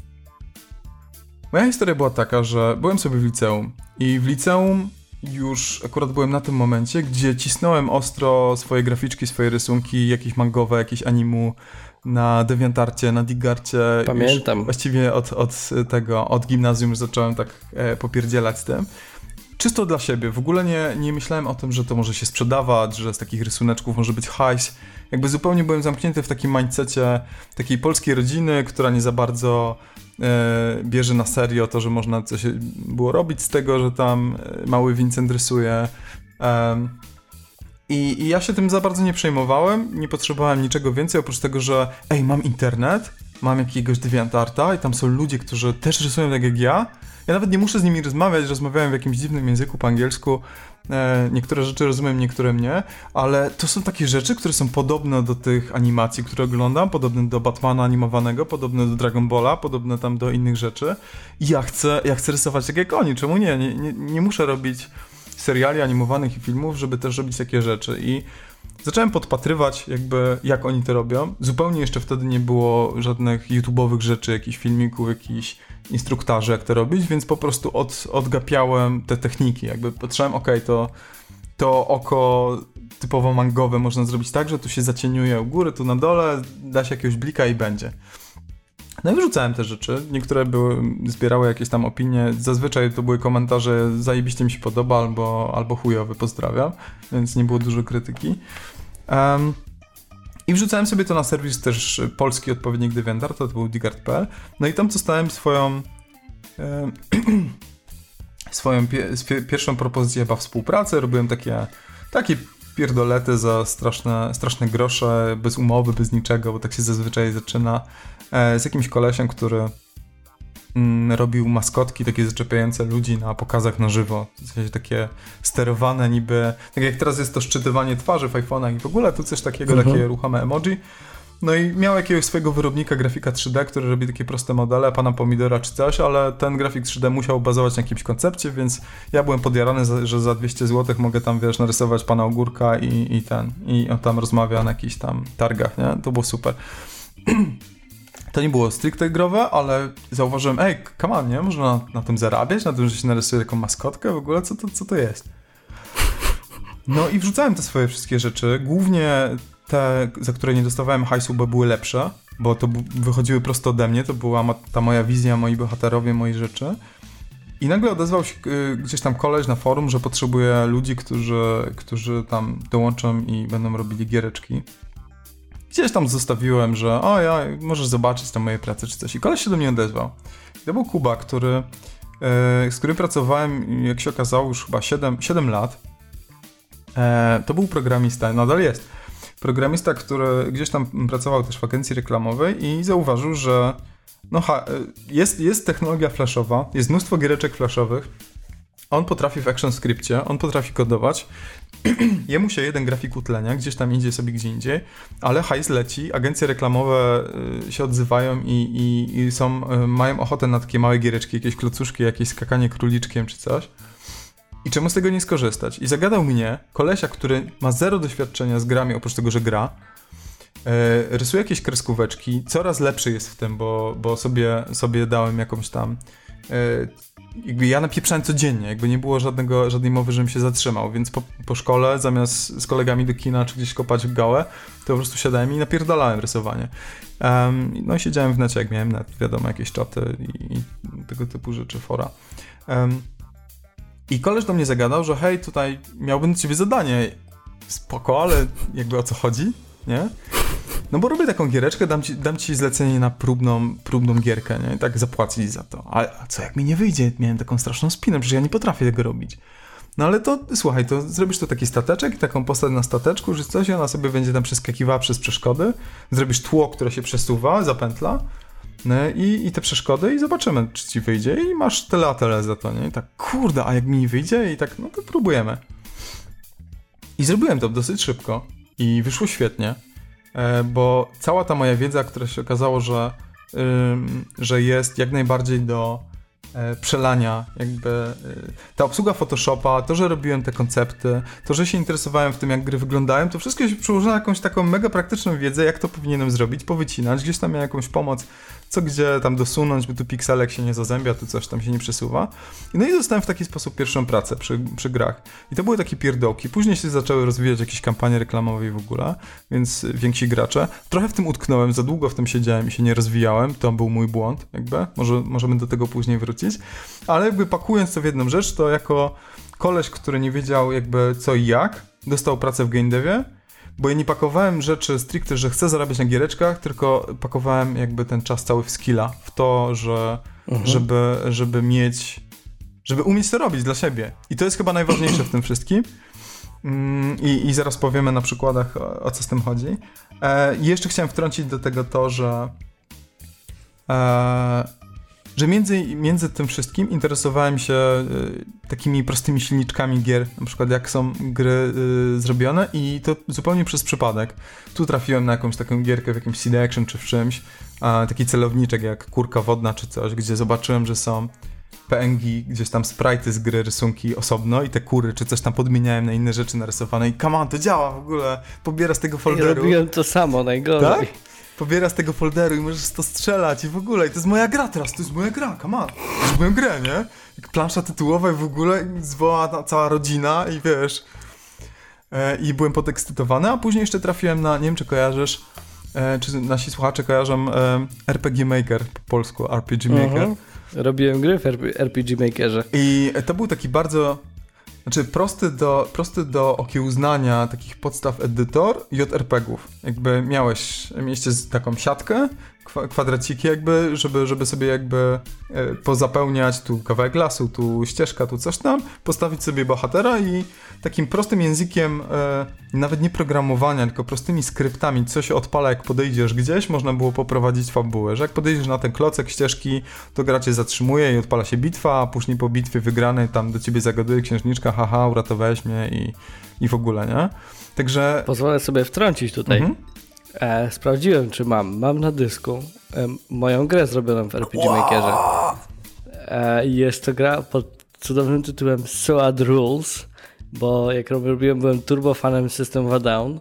moja historia była taka, że byłem sobie w liceum. I w liceum już akurat byłem na tym momencie, gdzie cisnąłem ostro swoje graficzki, swoje rysunki, jakieś mangowe, jakieś animu, na DeviantArcie, na Digarcie.
Pamiętam.
Już właściwie od, od tego, od gimnazjum już zacząłem tak e, popierdzielać z tym. Czysto dla siebie. W ogóle nie, nie myślałem o tym, że to może się sprzedawać, że z takich rysuneczków może być hajs. Jakby zupełnie byłem zamknięty w takim mindsetie takiej polskiej rodziny, która nie za bardzo e, bierze na serio to, że można coś było robić z tego, że tam mały Vincent rysuje. E, I, I ja się tym za bardzo nie przejmowałem, nie potrzebowałem niczego więcej, oprócz tego, że ej, mam internet, mam jakiegoś DeviantArta i tam są ludzie, którzy też rysują tak jak ja. Ja nawet nie muszę z nimi rozmawiać, rozmawiałem w jakimś dziwnym języku po angielsku. E, niektóre rzeczy rozumiem, niektóre nie, ale to są takie rzeczy, które są podobne do tych animacji, które oglądam, podobne do Batmana animowanego, podobne do Dragon Balla, podobne tam do innych rzeczy. I ja chcę, ja chcę rysować tak jak oni, czemu nie? Nie, nie, nie muszę robić seriali animowanych i filmów, żeby też robić takie rzeczy. I zacząłem podpatrywać jakby, jak oni to robią. Zupełnie jeszcze wtedy nie było żadnych YouTube'owych rzeczy, jakichś filmików, jakichś instruktarzy, jak to robić, więc po prostu od, odgapiałem te techniki. Jakby patrzyłem, okej, okay, to, to oko typowo mangowe można zrobić tak, że tu się zacieniuje u góry, tu na dole, da się jakiegoś blika i będzie. No i wyrzucałem te rzeczy. Niektóre były, zbierały jakieś tam opinie. Zazwyczaj to były komentarze zajebiście mi się podoba albo, albo chujowy, pozdrawiam. Więc nie było dużo krytyki. Um, I wrzucałem sobie to na serwis też polski odpowiednik DeviantArt, to był digart kropka p l. No i tam dostałem swoją e, swoją pie, pierwszą propozycję chyba współpracy. Robiłem takie, taki pierdolety za straszne, straszne grosze, bez umowy, bez niczego, bo tak się zazwyczaj zaczyna, e, z jakimś kolesiem, który mm, robił maskotki takie zaczepiające ludzi na pokazach na żywo. W sensie takie sterowane niby, tak jak teraz jest to szczytywanie twarzy w iPhone'ach i w ogóle, tu coś takiego, mhm. takie ruchome emoji. No i miał jakiegoś swojego wyrobnika grafika trzy D, który robi takie proste modele, pana Pomidora czy coś, ale ten grafik trzy D musiał bazować na jakimś koncepcie, więc ja byłem podjarany, że za dwieście złotych mogę tam, wiesz, narysować pana Ogórka i, i ten, i on tam rozmawia na jakichś tam targach, nie? To było super. To nie było stricte growe, ale zauważyłem, ej, come on, nie? Można na, na tym zarabiać, na tym, że się narysuje taką maskotkę, w ogóle co to, co to jest? No i wrzucałem te swoje wszystkie rzeczy, głównie te, za które nie dostawałem hajsu, bo były lepsze, bo to b- wychodziły prosto ode mnie, to była ma- ta moja wizja, moi bohaterowie, moje rzeczy. I nagle odezwał się y, gdzieś tam koleś na forum, że potrzebuje ludzi, którzy, którzy tam dołączą i będą robili giereczki. Gdzieś tam zostawiłem, że o ja, możesz zobaczyć tam moje prace czy coś. I koleś się do mnie odezwał. I to był Kuba, który, y, z którym pracowałem, jak się okazało, już chyba siedem lat. E, to był programista, nadal jest. Programista, który gdzieś tam pracował też w agencji reklamowej i zauważył, że no ha, jest, jest technologia flashowa, jest mnóstwo giereczek flashowych, on potrafi w ActionScriptie, on potrafi kodować, jemu się jeden grafik utlenia, gdzieś tam idzie sobie gdzie indziej, ale hajs leci, agencje reklamowe się odzywają i, i, i są, mają ochotę na takie małe giereczki, jakieś klocuszki, jakieś skakanie króliczkiem czy coś. I czemu z tego nie skorzystać? I zagadał mnie kolesia, który ma zero doświadczenia z grami, oprócz tego, że gra, yy, rysuje jakieś kreskóweczki, coraz lepszy jest w tym, bo, bo sobie, sobie dałem jakąś tam... Yy, jakby ja napieprzałem codziennie, jakby nie było żadnego, żadnej mowy, żebym się zatrzymał, więc po, po szkole, zamiast z kolegami do kina czy gdzieś kopać w gałę, to po prostu siadałem i napierdalałem rysowanie. Um, no i siedziałem w necie, jak miałem net, wiadomo, jakieś czaty i, i tego typu rzeczy, fora. Um, I koleś do mnie zagadał, że hej, tutaj miałbym do ciebie zadanie. Spoko, ale jakby o co chodzi, nie? No bo robię taką giereczkę, dam ci, dam ci zlecenie na próbną, próbną gierkę, nie? I tak zapłacić za to. A, a co jak mi nie wyjdzie? Miałem taką straszną spinę, przecież ja nie potrafię tego robić. No ale to, słuchaj, to zrobisz tu taki stateczek i taką postać na stateczku, że coś, i ona sobie będzie tam przeskakiwała przez przeszkody. Zrobisz tło, które się przesuwa, zapętla. No i, i te przeszkody i zobaczymy, czy ci wyjdzie i masz tyle a tyle za to, nie? I tak, kurde, a jak mi wyjdzie? I tak, no to próbujemy. I zrobiłem to dosyć szybko i wyszło świetnie, bo cała ta moja wiedza, która się okazało, że, ym, że jest jak najbardziej do e, przelania, jakby e, ta obsługa Photoshopa, to, że robiłem te koncepty, to, że się interesowałem w tym, jak gry wyglądają, to wszystko się przełożyło na jakąś taką mega praktyczną wiedzę, jak to powinienem zrobić, powycinać, gdzieś tam miałem jakąś pomoc, co gdzie tam dosunąć, by tu pikselek się nie zazębia, tu coś tam się nie przesuwa. No i dostałem w taki sposób pierwszą pracę przy, przy grach. I to były takie pierdołki. Później się zaczęły rozwijać jakieś kampanie reklamowe w ogóle, więc więksi gracze. Trochę w tym utknąłem, za długo w tym siedziałem i się nie rozwijałem. To był mój błąd, jakby. Może, możemy do tego później wrócić. Ale jakby pakując to w jedną rzecz, to jako koleś, który nie wiedział jakby co i jak, dostał pracę w game devie, bo ja nie pakowałem rzeczy stricte, że chcę zarabiać na giereczkach, tylko pakowałem jakby ten czas cały w skilla, w to, że mhm. żeby, żeby mieć, żeby umieć to robić dla siebie. I to jest chyba najważniejsze w tym wszystkim. I, i zaraz powiemy na przykładach, o, o co z tym chodzi. E, I jeszcze chciałem wtrącić do tego to, że e, że między, między tym wszystkim interesowałem się y, takimi prostymi silniczkami gier, na przykład jak są gry y, zrobione i to zupełnie przez przypadek. Tu trafiłem na jakąś taką gierkę w jakimś C D Action czy w czymś, a, taki celowniczek jak kurka wodna czy coś, gdzie zobaczyłem, że są P N G, gdzieś tam sprite'y z gry, rysunki osobno i te kury czy coś tam podmieniałem na inne rzeczy narysowane i come on, to działa w ogóle, pobiera z tego folderu.
Ja robiłem to samo, najgorzej.
Tak? Pobiera z tego folderu i możesz to strzelać i w ogóle. I to jest moja gra teraz, to jest moja gra, come on. To jest moja gra, nie? Jak plansza tytułowa i w ogóle zwołała cała rodzina i wiesz. E, I byłem podekscytowany, a później jeszcze trafiłem na, nie wiem czy kojarzysz, e, czy nasi słuchacze kojarzą e, R P G Maker po polsku, R P G Maker.
Uh-huh. Robiłem gry w R P G Makerze.
I to był taki bardzo... Znaczy prosty do, prosty do okiełznania takich podstaw edytor J R P G ów. Jakby miałeś, mieliście taką siatkę kwa- kwadraciki jakby, żeby, żeby sobie jakby e, pozapełniać tu kawałek lasu, tu ścieżka, tu coś tam, postawić sobie bohatera i takim prostym językiem, e, nawet nie programowania, tylko prostymi skryptami, co się odpala jak podejdziesz gdzieś, można było poprowadzić fabułę, że jak podejdziesz na ten klocek ścieżki, to gra cię zatrzymuje i odpala się bitwa, a później po bitwie wygranej tam do ciebie zagaduje księżniczka, haha, uratowałeś mnie i, i w ogóle, nie? Także...
Pozwolę sobie wtrącić tutaj.
Mhm.
E, sprawdziłem, czy mam. Mam na dysku e, moją grę zrobioną w R P G Makerze. E, jest to gra pod cudownym tytułem Soad Rules, bo jak robiłem, byłem turbo fanem System of a Down.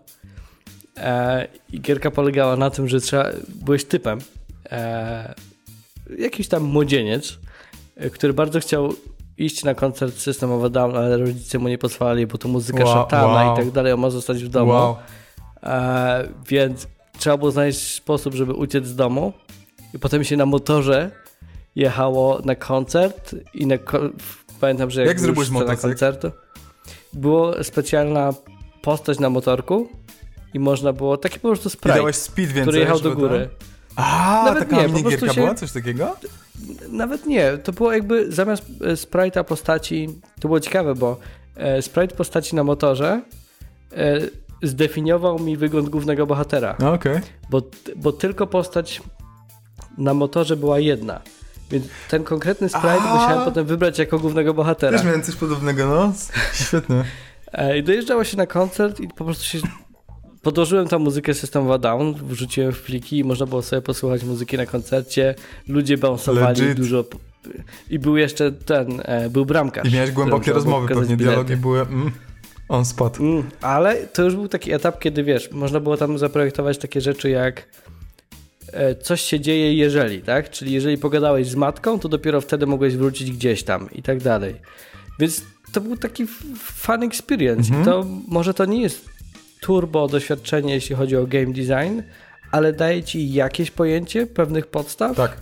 E, I gierka polegała na tym, że trzeba, byłeś typem, e, jakiś tam młodzieniec, e, który bardzo chciał iść na koncert System of a Down, ale rodzice mu nie pozwalali, bo to muzyka
Wow,
szatana
wow.
i tak dalej, on ma zostać w domu.
Wow.
E, więc trzeba było znaleźć sposób, żeby uciec z domu i potem się na motorze jechało na koncert i na ko- pamiętam, że jak,
Jak
był
zrobiłeś
scena
motocykl?
koncertu, była specjalna postać na motorku i można było, taki po prostu
I
sprite,
dałeś speed więcej,
który jechał do
żeby
góry.
ten- A,
Nawet
taka
nie, po
minigierka
prostu się-
była? Coś takiego?
Nawet nie, to było jakby zamiast e, sprite'a postaci, to było ciekawe, bo e, sprite postaci na motorze e, zdefiniował mi wygląd głównego bohatera.
No, okej.
Bo, bo tylko postać na motorze była jedna. Więc ten konkretny sprite
A.
musiałem potem wybrać jako głównego bohatera.
Też miałem coś podobnego, no. Świetnie.
E, I dojeżdżało się na koncert i po prostu się... Podłożyłem tam muzykę System of a Down, wrzuciłem w pliki i można było sobie posłuchać muzyki na koncercie. Ludzie bounsowali
Legit.
dużo. I był jeszcze ten, e, był bramkarz.
I miałeś głębokie
któremu trzeba było
rozmowy,
pokazać
pewnie
bilety.
dialogi były mm, on spot.
Mm, ale to już był taki etap, kiedy wiesz, można było tam zaprojektować takie rzeczy jak e, coś się dzieje jeżeli, tak? Czyli jeżeli pogadałeś z matką, to dopiero wtedy mogłeś wrócić gdzieś tam i tak dalej. Więc to był taki f- fun experience.
Mhm.
I to może to nie jest turbo doświadczenie, jeśli chodzi o game design, ale daje ci jakieś pojęcie pewnych podstaw.
Tak.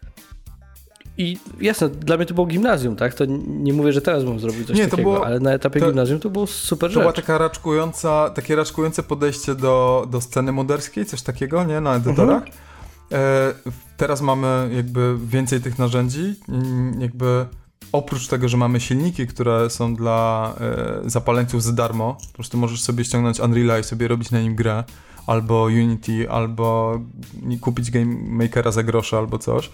I jasne, dla mnie to było gimnazjum, tak? To nie mówię, że teraz bym zrobił coś
Nie, to
takiego,
było-
ale na etapie
to-
gimnazjum to było super
To
rzecz.
była taka raczkująca, takie raczkujące podejście do, do sceny moderskiej, coś takiego, nie? Na edytorach.
Mhm.
E, teraz mamy jakby więcej tych narzędzi, mm, jakby oprócz tego, że mamy silniki, które są dla e, zapaleńców za darmo, po prostu możesz sobie ściągnąć Unreal'a i sobie robić na nim grę, albo Unity, albo kupić Game Makera za grosze, albo coś.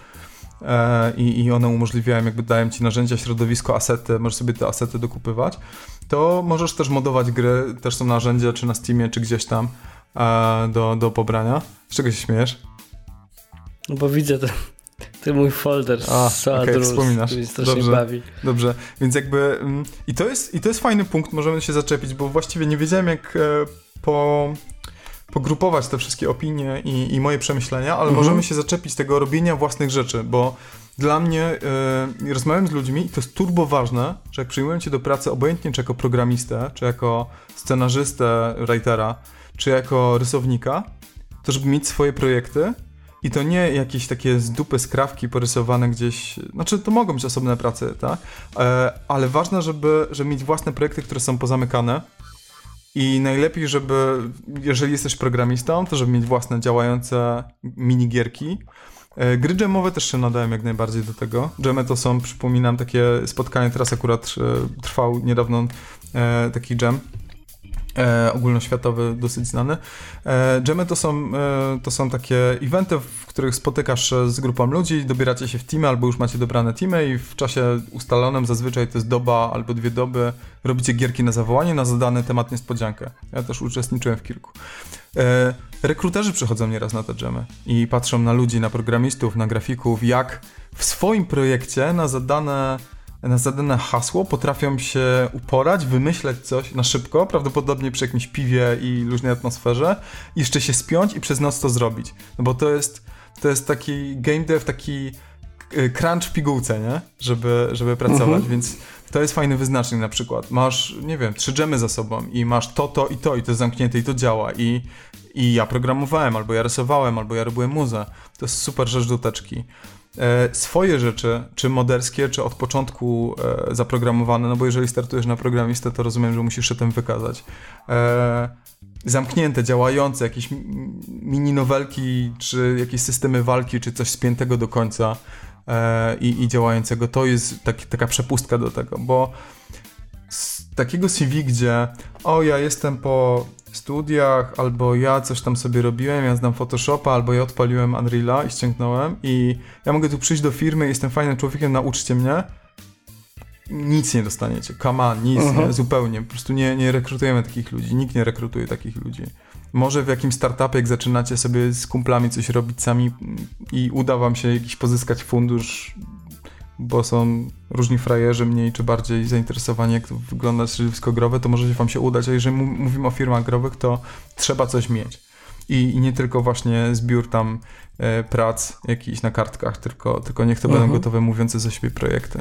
E, i, I one umożliwiają, jakby dają ci narzędzia, środowisko, asety, możesz sobie te asety dokupywać. To możesz też modować gry, też są narzędzia, czy na Steamie, czy gdzieś tam e, do, do pobrania. Z czego się śmiejesz?
No bo widzę ten, ten mój folder
A,
z Soad
okej,
Rules,
wspominasz.
który mnie strasznie
Dobrze.
bawi.
Dobrze, więc jakby mm, i to jest, i to jest fajny punkt, możemy się zaczepić, bo właściwie nie wiedziałem jak e, po, pogrupować te wszystkie opinie i, i moje przemyślenia, ale
Mhm.
możemy się zaczepić tego robienia własnych rzeczy, bo dla mnie, e, rozmawiam z ludźmi i to jest turbo ważne, że jak przyjmują cię do pracy obojętnie czy jako programistę, czy jako scenarzystę, writera, czy jako rysownika, to żeby mieć swoje projekty. I to nie jakieś takie z dupy skrawki porysowane gdzieś, znaczy to mogą być osobne prace, tak? E, ale ważne, żeby, żeby mieć własne projekty, które są pozamykane i najlepiej, żeby, jeżeli jesteś programistą, to żeby mieć własne działające minigierki. E, gry jamowe też się nadają jak najbardziej do tego. Jamy to są, przypominam, takie spotkanie, teraz akurat e, trwał niedawno e, taki jam. E, ogólnoświatowy, dosyć znany. E, Jamy to są, e, to są takie eventy, w których spotykasz się z grupą ludzi, dobieracie się w teamy, albo już macie dobrane teamy i w czasie ustalonym, zazwyczaj to jest doba albo dwie doby, robicie gierki na zawołanie, na zadany temat niespodziankę. Ja też uczestniczyłem w kilku. E, rekruterzy przychodzą nieraz na te jamy i patrzą na ludzi, na programistów, na grafików, jak w swoim projekcie na zadane na zadane hasło potrafią się uporać, wymyśleć coś na szybko, prawdopodobnie przy jakimś piwie i luźnej atmosferze, i jeszcze się spiąć i przez noc to zrobić. No bo to jest, to jest taki game dev, taki crunch w pigułce, nie? Żeby, żeby pracować, mhm. Więc to jest fajny wyznacznik na przykład. Masz, nie wiem, trzy dżemy za sobą i masz to, to i to i to jest zamknięte i to działa i, i ja programowałem, albo ja rysowałem, albo ja robiłem muzę. To jest super rzecz do teczki. E, swoje rzeczy, czy moderskie, czy od początku e, zaprogramowane, no bo jeżeli startujesz na programistę, to rozumiem, że musisz się tym wykazać. E, zamknięte, działające, jakieś mini nowelki, czy jakieś systemy walki, czy coś spiętego do końca e, i, i działającego. To jest taki, taka przepustka do tego, bo z takiego C V, gdzie o, ja jestem po studiach, albo ja coś tam sobie robiłem, ja znam Photoshopa, albo ja odpaliłem Unreala i ściągnąłem i ja mogę tu przyjść do firmy, jestem fajnym człowiekiem, nauczcie mnie. Nic nie dostaniecie. Come on, nic, uh-huh. nie, zupełnie. Po prostu nie, nie rekrutujemy takich ludzi. Nikt nie rekrutuje takich ludzi. Może w jakimś startupie, jak zaczynacie sobie z kumplami coś robić sami i uda wam się jakiś pozyskać fundusz, bo są różni frajerzy mniej czy bardziej zainteresowani, jak to wygląda środowisko growe, to może się wam się udać, a jeżeli mówimy o firmach growych, to trzeba coś mieć. I, i nie tylko właśnie zbiór tam e, prac jakichś na kartkach, tylko, tylko niech to uh-huh. będą gotowe, mówiące ze siebie projekty.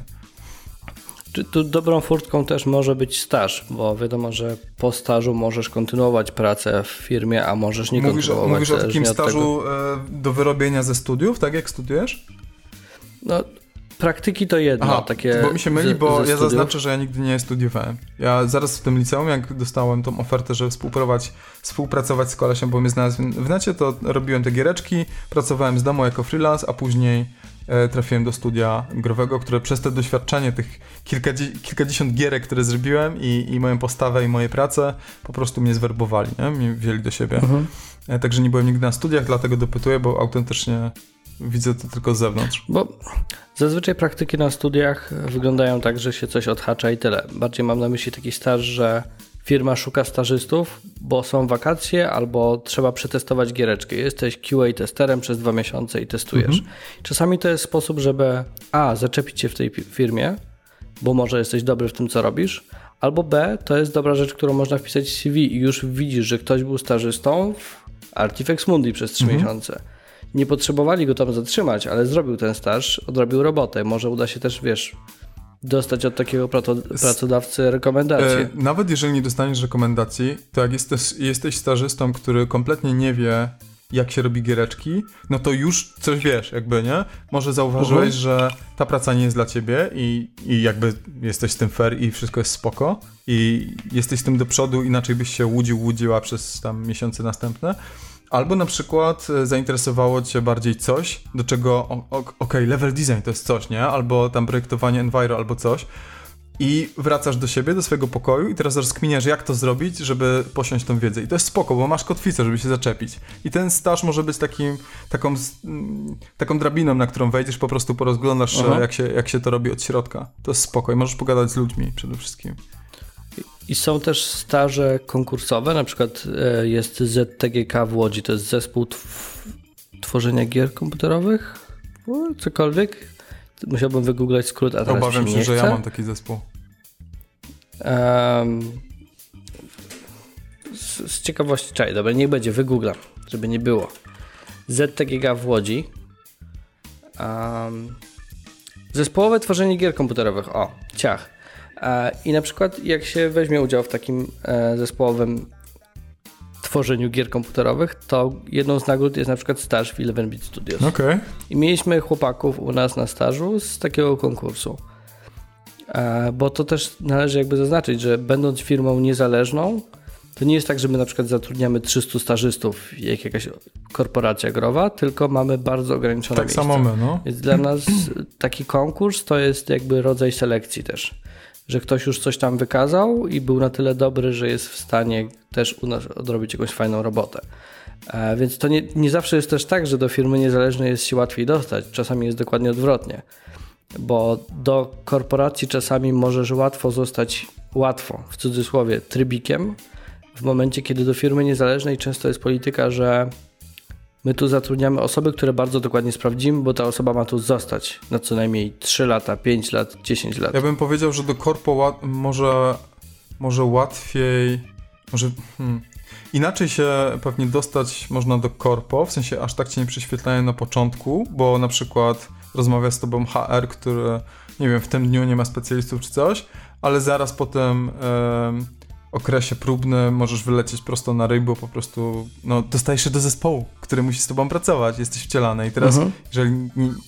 Czy tu dobrą furtką też może być staż, bo wiadomo, że po stażu możesz kontynuować pracę w firmie, a możesz nie
mówisz,
kontynuować.
Mówisz o takim stażu
tego.
do wyrobienia ze studiów, tak jak studujesz?
No, praktyki to jedno.
Aha,
takie
bo mi się myli,
ze,
bo
ze
ja
studiów.
zaznaczę, że ja nigdy nie studiowałem. Ja zaraz w tym liceum, jak dostałem tą ofertę, żeby współpracować, współpracować z kolesiem, bo mnie znalazł w necie, to robiłem te giereczki, pracowałem z domu jako freelance, a później e, trafiłem do studia growego, które przez te doświadczenie tych kilkadzie- kilkadziesiąt gierek, które zrobiłem i, i moją postawę i moje prace, po prostu mnie zwerbowali, nie? Mnie wzięli do siebie. Mhm. E, także nie byłem nigdy na studiach, dlatego dopytuję, bo autentycznie widzę to tylko z zewnątrz.
Bo zazwyczaj praktyki na studiach wyglądają tak, że się coś odhacza i tyle. Bardziej mam na myśli taki staż, że firma szuka stażystów, bo są wakacje albo trzeba przetestować giereczkę. Jesteś Q A testerem przez dwa miesiące i testujesz. Mhm. Czasami to jest sposób, żeby a. zaczepić cię w tej firmie, bo może jesteś dobry w tym, co robisz, albo b. to jest dobra rzecz, którą można wpisać w C V i już widzisz, że ktoś był stażystą w Artifex Mundi przez trzy mhm. miesiące. Nie potrzebowali go tam zatrzymać, ale zrobił ten staż, odrobił robotę. Może uda się też, wiesz, dostać od takiego pracodawcy rekomendację.
E, nawet jeżeli nie dostaniesz rekomendacji, to jak jesteś, jesteś stażystą, który kompletnie nie wie, jak się robi giereczki, no to już coś wiesz, jakby, nie? Może zauważyłeś, uh-huh. że ta praca nie jest dla ciebie i, i jakby jesteś z tym fair i wszystko jest spoko i jesteś z tym do przodu, inaczej byś się łudził, łudziła przez tam miesiące następne. Albo na przykład zainteresowało cię bardziej coś, do czego, okej, okay, level design to jest coś, nie? Albo tam projektowanie enviro, albo coś. I wracasz do siebie, do swojego pokoju i teraz rozkminiasz, jak to zrobić, żeby posiąść tą wiedzę. I to jest spoko, bo masz kotwicę, żeby się zaczepić. I ten staż może być takim, taką, taką drabiną, na którą wejdziesz, po prostu porozglądasz, jak się, jak się to robi od środka. To jest spoko i możesz pogadać z ludźmi przede wszystkim.
I są też staże konkursowe, na przykład jest Z T G K w Łodzi, to jest zespół tw- tworzenia gier komputerowych, cokolwiek. Musiałbym wygooglać skrót, a teraz
Obawiam
się,
się,
nie
że
chce.
ja mam taki zespół.
Um, z, z ciekawości, czaj, dobra, niech będzie, wygooglam, żeby nie było. Z T G K w Łodzi. Um, zespołowe tworzenie gier komputerowych, o, ciach. I na przykład jak się weźmie udział w takim zespołowym tworzeniu gier komputerowych, to jedną z nagród jest na przykład staż w Eleven Bit Studios.
Okay.
I mieliśmy chłopaków u nas na stażu z takiego konkursu. Bo to też należy jakby zaznaczyć, że będąc firmą niezależną, to nie jest tak, że my na przykład zatrudniamy trzystu stażystów jak jakaś korporacja growa, tylko mamy bardzo ograniczone
tak
miejsca.
Tak samo my, no.
Więc dla nas taki konkurs to jest jakby rodzaj selekcji też. Że ktoś już coś tam wykazał i był na tyle dobry, że jest w stanie też u nas odrobić jakąś fajną robotę. E, więc to nie, nie zawsze jest też tak, że do firmy niezależnej jest się łatwiej dostać. Czasami jest dokładnie odwrotnie. Bo do korporacji czasami możesz łatwo zostać, łatwo, w cudzysłowie, trybikiem, w momencie, kiedy do firmy niezależnej często jest polityka, że my tu zatrudniamy osoby, które bardzo dokładnie sprawdzimy, bo ta osoba ma tu zostać na co najmniej trzy lata, pięć lat, dziesięć lat.
Ja bym powiedział, że do korpo łat- może, może łatwiej, może hmm, inaczej się pewnie dostać można do korpo, w sensie aż tak cię nie prześwietlają na początku, bo na przykład rozmawia z tobą H R, który, nie wiem, w tym dniu nie ma specjalistów czy coś, ale zaraz po tym e, okresie próbnym możesz wylecieć prosto na ryj, bo po prostu no, dostajesz się do zespołu, który musi z tobą pracować, jesteś wcielany i teraz, mhm. jeżeli nie,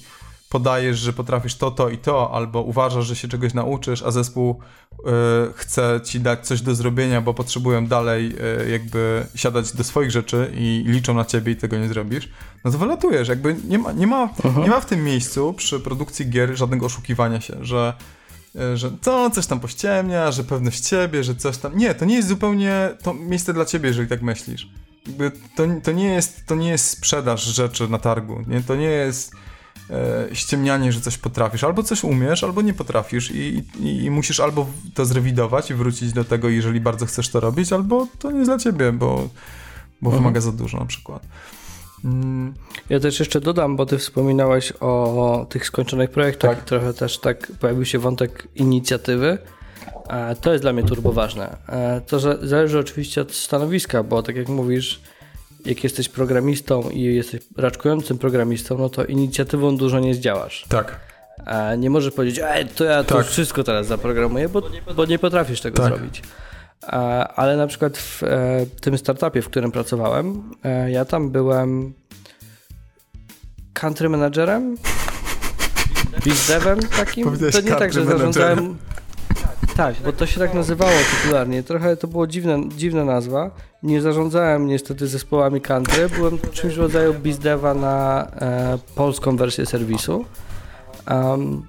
podajesz, że potrafisz to, to i to, albo uważasz, że się czegoś nauczysz, a zespół y, chce ci dać coś do zrobienia, bo potrzebują dalej y, jakby siadać do swoich rzeczy i liczą na ciebie i tego nie zrobisz, no to wylatujesz. Jakby nie ma, nie ma, uh-huh. nie ma w tym miejscu przy produkcji gier żadnego oszukiwania się, że że to coś tam pościemnia, że pewność ciebie, że coś tam... Nie, to nie jest zupełnie to miejsce dla ciebie, jeżeli tak myślisz. Jakby to, to, nie jest, to nie jest sprzedaż rzeczy na targu, nie? To nie jest e, ściemnianie, że coś potrafisz. Albo coś umiesz, albo nie potrafisz i, i, i musisz albo to zrewidować i wrócić do tego, jeżeli bardzo chcesz to robić, albo to nie jest dla ciebie, bo, bo mhm. wymaga za dużo na przykład.
Mm. Ja też jeszcze dodam, bo ty wspominałeś o tych skończonych projektach
tak.
i trochę też tak pojawił się wątek inicjatywy. To jest dla mnie turbo ważne. To zależy oczywiście od stanowiska, bo tak jak mówisz, jak jesteś programistą i jesteś raczkującym programistą, no to inicjatywą dużo nie zdziałasz.
Tak.
Nie możesz powiedzieć, ej, to ja to
tak.
wszystko teraz zaprogramuję, bo, bo nie potrafisz tego tak. zrobić. Ale na przykład w tym startupie, w którym pracowałem, ja tam byłem country managerem, bizdevem takim. To nie tak, że zarządzałem... Tak, bo to się tak nazywało popularnie. Trochę to było dziwne, dziwna nazwa. Nie zarządzałem niestety zespołami country. Byłem czymś w rodzaju bizdeva na e, polską wersję serwisu. Um,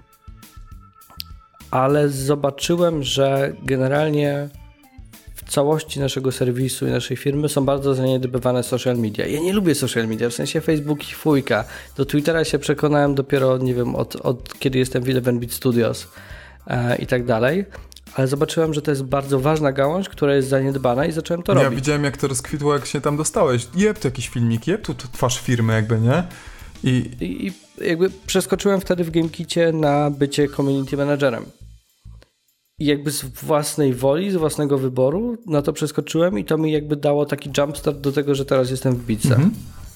ale zobaczyłem, że generalnie w całości naszego serwisu i naszej firmy są bardzo zaniedbywane social media. Ja nie lubię social media, w sensie Facebook i fujka. Do Twittera się przekonałem dopiero, nie wiem, od, od kiedy jestem w Eleven Bit Studios e, i tak dalej. Ale zobaczyłem, że to jest bardzo ważna gałąź, która jest zaniedbana i zacząłem to
ja
robić.
Ja widziałem, jak to rozkwitło, jak się tam dostałeś. Jeb tu jakiś filmik, jeb tu twarz firmy jakby, nie? I...
I, I jakby przeskoczyłem wtedy w GameKicie na bycie community managerem. I jakby z własnej woli, z własnego wyboru na to przeskoczyłem i to mi jakby dało taki jumpstart do tego, że teraz jestem w Bitce. Mhm.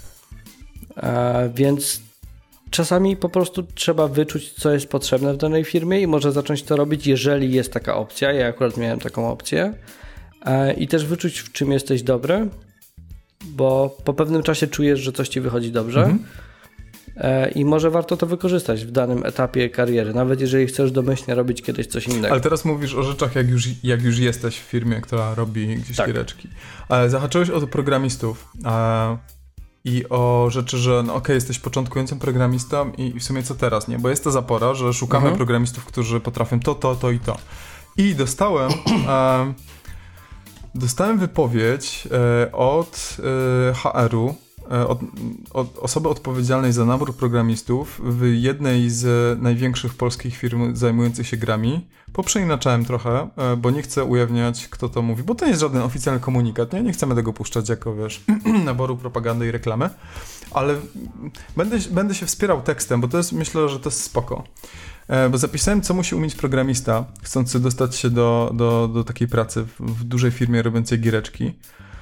E, więc czasami po prostu trzeba wyczuć, co jest potrzebne w danej firmie i może zacząć to robić, jeżeli jest taka opcja. Ja akurat miałem taką opcję. E, I też wyczuć, w czym jesteś dobry, bo po pewnym czasie czujesz, że coś ci wychodzi dobrze. Mhm. I może warto to wykorzystać w danym etapie kariery, nawet jeżeli chcesz domyślnie robić kiedyś coś innego.
Ale teraz mówisz o rzeczach, jak już, jak już jesteś w firmie, która robi gdzieś
tak.
giereczki. Ale zahaczyłeś o programistów a, i o rzeczy, że no okej, okay, jesteś początkującym programistą i, i w sumie co teraz, nie? Bo jest to zapora, że szukamy mhm. programistów, którzy potrafią to, to, to i to. I dostałem... a, dostałem wypowiedź e, od e, H R-u, Od, od osoby odpowiedzialnej za nabór programistów w jednej z największych polskich firm zajmujących się grami. Poprzeinaczałem trochę, bo nie chcę ujawniać, kto to mówi, bo to nie jest żaden oficjalny komunikat, nie, nie chcemy tego puszczać jako, wiesz, naboru propagandy i reklamy, ale będę, będę się wspierał tekstem, bo to jest, myślę, że to jest spoko. Bo zapisałem, co musi umieć programista, chcący dostać się do, do, do takiej pracy w, w dużej firmie robiącej giereczki.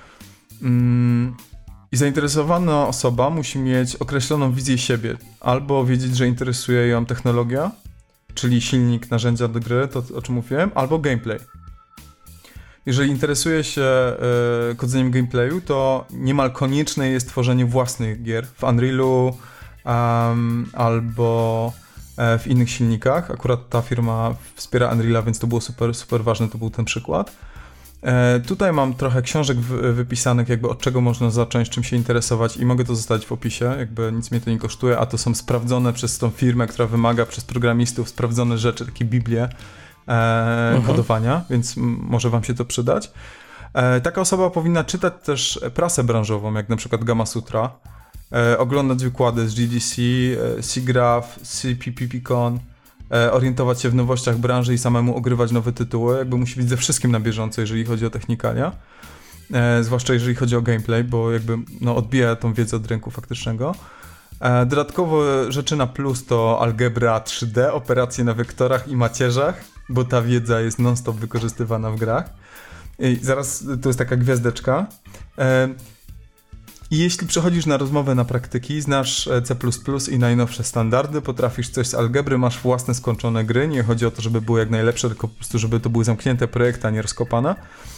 Mm. I zainteresowana osoba musi mieć określoną wizję siebie. Albo wiedzieć, że interesuje ją technologia, czyli silnik, narzędzia do gry, to o czym mówiłem, albo gameplay. Jeżeli interesuje się y, kodzeniem gameplayu, to niemal konieczne jest tworzenie własnych gier w Unrealu um, albo e, w innych silnikach. Akurat ta firma wspiera Unreala, więc to było super, super ważne, to był ten przykład. E, tutaj mam trochę książek w, wypisanych, jakby od czego można zacząć, czym się interesować i mogę to zostawić w opisie, jakby nic mnie to nie kosztuje, a to są sprawdzone przez tą firmę, która wymaga przez programistów sprawdzone rzeczy, takie biblie e, uh-huh. kodowania, więc m- może wam się to przydać. E, taka osoba powinna czytać też prasę branżową, jak na przykład Gamasutra, e, oglądać wykłady z G D C, e, SIGGRAPH, C P P P Con, orientować się w nowościach branży i samemu ogrywać nowe tytuły, jakby musi być ze wszystkim na bieżąco, jeżeli chodzi o technikalia, e, zwłaszcza jeżeli chodzi o gameplay, bo jakby no, odbija tą wiedzę od rynku faktycznego. E, dodatkowo rzeczy na plus to algebra trzy D, operacje na wektorach i macierzach, bo ta wiedza jest non-stop wykorzystywana w grach. I zaraz, to jest taka gwiazdeczka. E, I jeśli przechodzisz na rozmowę na praktyki, znasz C plus plus i najnowsze standardy, potrafisz coś z algebry, masz własne skończone gry, nie chodzi o to, żeby były jak najlepsze, tylko po prostu, żeby to były zamknięte projekty, a nie rozkopane.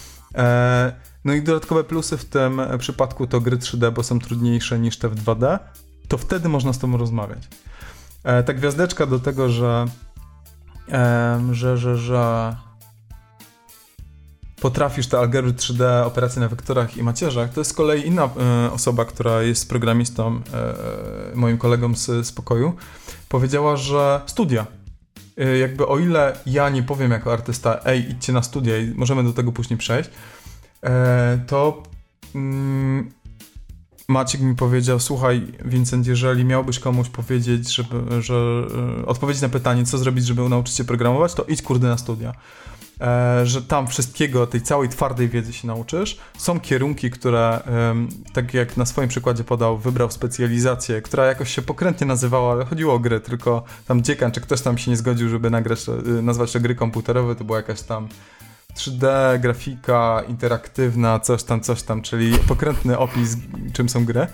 No i dodatkowe plusy w tym przypadku to gry trzy D, bo są trudniejsze niż te w dwa D, to wtedy można z tobą rozmawiać. E, ta gwiazdeczka do tego, że, e, że, że, że potrafisz te algebry trzy D, operacje na wektorach i macierzach, to jest z kolei inna e, osoba, która jest programistą, e, moim kolegą z, z pokoju, powiedziała, że studia. E, jakby o ile ja nie powiem jako artysta, ej, idźcie na studia i możemy do tego później przejść, e, to mm, Maciek mi powiedział, słuchaj Vincent, jeżeli miałbyś komuś powiedzieć, żeby, że e, odpowiedzieć na pytanie, co zrobić, żeby nauczyć się programować, to idź kurde na studia. E, że tam wszystkiego, tej całej twardej wiedzy się nauczysz. Są kierunki, które, e, tak jak na swoim przykładzie podał, wybrał specjalizację, która jakoś się pokrętnie nazywała, ale chodziło o gry, tylko tam dziekan, czy ktoś tam się nie zgodził, żeby nagrać, e, nazwać to gry komputerowe, to była jakaś tam trzy D, grafika interaktywna, coś tam, coś tam, czyli pokrętny opis, czym są gry.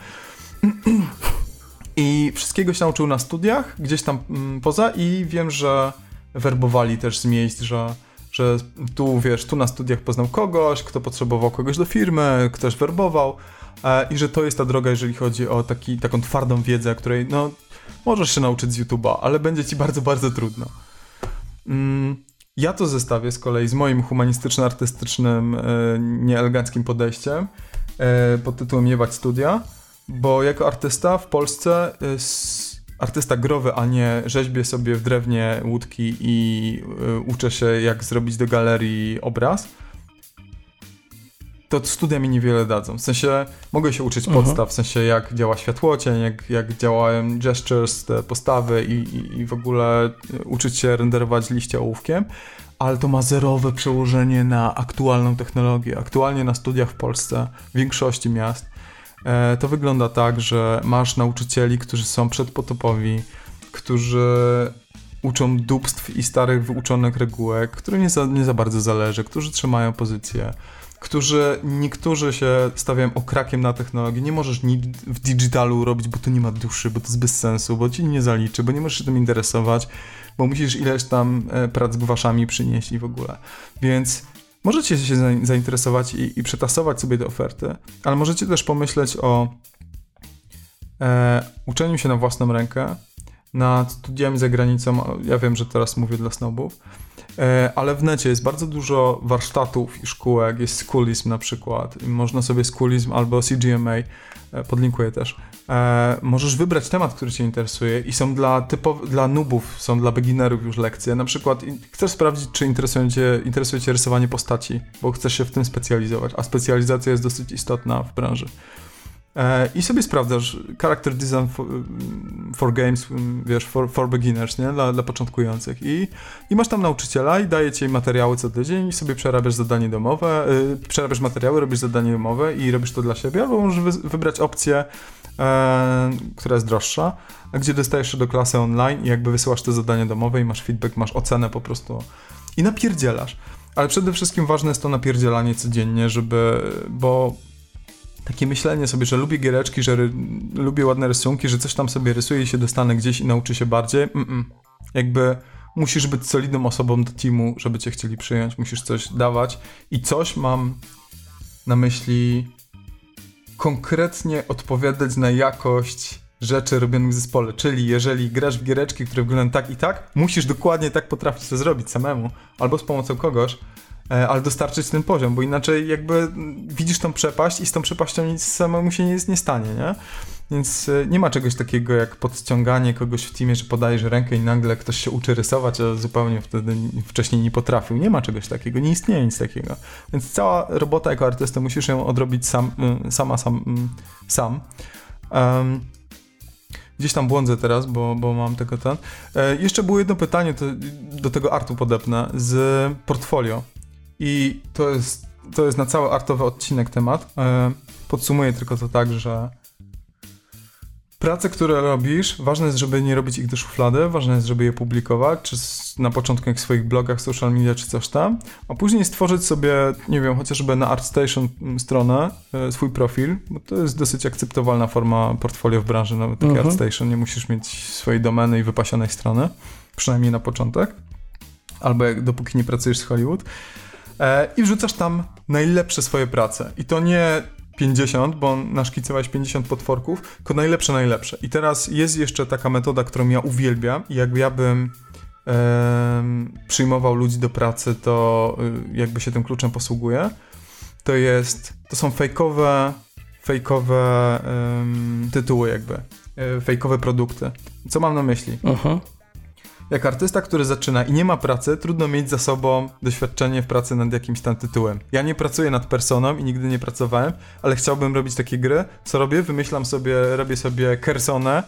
I wszystkiego się nauczył na studiach, gdzieś tam mm, poza i wiem, że werbowali też z miejsc, że że tu, wiesz, tu na studiach poznał kogoś, kto potrzebował kogoś do firmy, ktoś werbował e, i że to jest ta droga, jeżeli chodzi o taki, taką twardą wiedzę, której, no, możesz się nauczyć z YouTube'a, ale będzie ci bardzo, bardzo trudno. Mm, ja to zestawię z kolei z moim humanistyczno-artystycznym, e, nieeleganckim podejściem e, pod tytułem Jebać studia, bo jako artysta w Polsce e, s, artysta growy, a nie rzeźbię sobie w drewnie łódki i y, uczę się, jak zrobić do galerii obraz, to studia mi niewiele dadzą. W sensie mogę się uczyć uh-huh. podstaw, w sensie jak działa światłocień, jak, jak działają gestures, te postawy i, i, i w ogóle uczyć się renderować liście ołówkiem, ale to ma zerowe przełożenie na aktualną technologię. Aktualnie na studiach w Polsce, w większości miast, to wygląda tak, że masz nauczycieli, którzy są przedpotopowi, którzy uczą dupstw i starych wyuczonych regułek, którym nie za, nie za bardzo zależy, którzy trzymają pozycję, którzy, niektórzy się stawiają okrakiem na technologię. Nie możesz nic w digitalu robić, bo to nie ma duszy, bo to jest bez sensu, bo ci nie zaliczy, bo nie możesz się tym interesować, bo musisz ileś tam prac gwaszami przynieść i w ogóle. Więc możecie się zainteresować i, i przetasować sobie te oferty, ale możecie też pomyśleć o e, uczeniu się na własną rękę, nad studiami za granicą. Ja wiem, że teraz mówię dla snobów, e, ale w necie jest bardzo dużo warsztatów i szkółek, jest Schoolism na przykład, można sobie Schoolism albo C G M A, e, podlinkuję też. E, możesz wybrać temat, który cię interesuje i są dla typow- dla noobów, są dla beginnerów już lekcje. Na przykład chcesz sprawdzić, czy interesuje cię, interesuje cię rysowanie postaci, bo chcesz się w tym specjalizować, a specjalizacja jest dosyć istotna w branży. E, I sobie sprawdzasz character design for, for games, wiesz, for, for beginners, nie? Dla, dla początkujących. I, I masz tam nauczyciela i daje ci materiały co tydzień i sobie przerabiasz zadanie domowe, y, przerabiasz materiały, robisz zadanie domowe i robisz to dla siebie, albo możesz wy, wybrać opcję, e, która jest droższa, gdzie dostajesz się do klasy online i jakby wysyłasz te zadania domowe i masz feedback, masz ocenę po prostu i napierdzielasz. Ale przede wszystkim ważne jest to napierdzielanie codziennie, żeby, bo takie myślenie sobie, że lubię giereczki, że ry- lubię ładne rysunki, że coś tam sobie rysuję i się dostanę gdzieś i nauczy się bardziej. Mm-mm. Jakby musisz być solidną osobą do teamu, żeby cię chcieli przyjąć, musisz coś dawać i coś mam na myśli konkretnie odpowiadać na jakość rzeczy robionych w zespole, czyli jeżeli grasz w giereczki, które wyglądają tak i tak, musisz dokładnie tak potrafić to zrobić samemu, albo z pomocą kogoś, ale dostarczyć ten poziom, bo inaczej jakby widzisz tą przepaść i z tą przepaścią nic samemu się nie, nie stanie, nie? Więc nie ma czegoś takiego jak podciąganie kogoś w teamie, że podajesz rękę i nagle ktoś się uczy rysować, a zupełnie wtedy wcześniej nie potrafił. Nie ma czegoś takiego, nie istnieje nic takiego. Więc cała robota jako artysta musisz ją odrobić sam, sama, sam. sam. Um, Gdzieś tam błądzę teraz, bo, bo mam tego ten. E, jeszcze było jedno pytanie, to do tego artu podepnę, z portfolio. I to jest, to jest na cały artowy odcinek temat. E, podsumuję tylko to tak, że prace, które robisz, ważne jest, żeby nie robić ich do szuflady, ważne jest, żeby je publikować, czy na początku jak w swoich blogach, social media, czy coś tam, a później stworzyć sobie, nie wiem, chociażby na ArtStation stronę, e, swój profil, bo to jest dosyć akceptowalna forma portfolio w branży, nawet taki uh-huh. ArtStation, nie musisz mieć swojej domeny i wypasionej strony, przynajmniej na początek, albo jak, dopóki nie pracujesz z Hollywood, e, i wrzucasz tam najlepsze swoje prace. I to nie pięćdziesiąt, bo naszkicowałeś pięćdziesiąt potworków, tylko najlepsze, najlepsze. I teraz jest jeszcze taka metoda, którą ja uwielbiam i jakby ja bym e, przyjmował ludzi do pracy, to e, jakby się tym kluczem posługuję. To jest, to są fejkowe, fejkowe e, tytuły jakby, e, fejkowe produkty. Co mam na myśli?
Aha.
Jak artysta, który zaczyna i nie ma pracy, trudno mieć za sobą doświadczenie w pracy nad jakimś tam tytułem. Ja nie pracuję nad personą i nigdy nie pracowałem, ale chciałbym robić takie gry. Co robię? Wymyślam sobie, robię sobie Kersonę,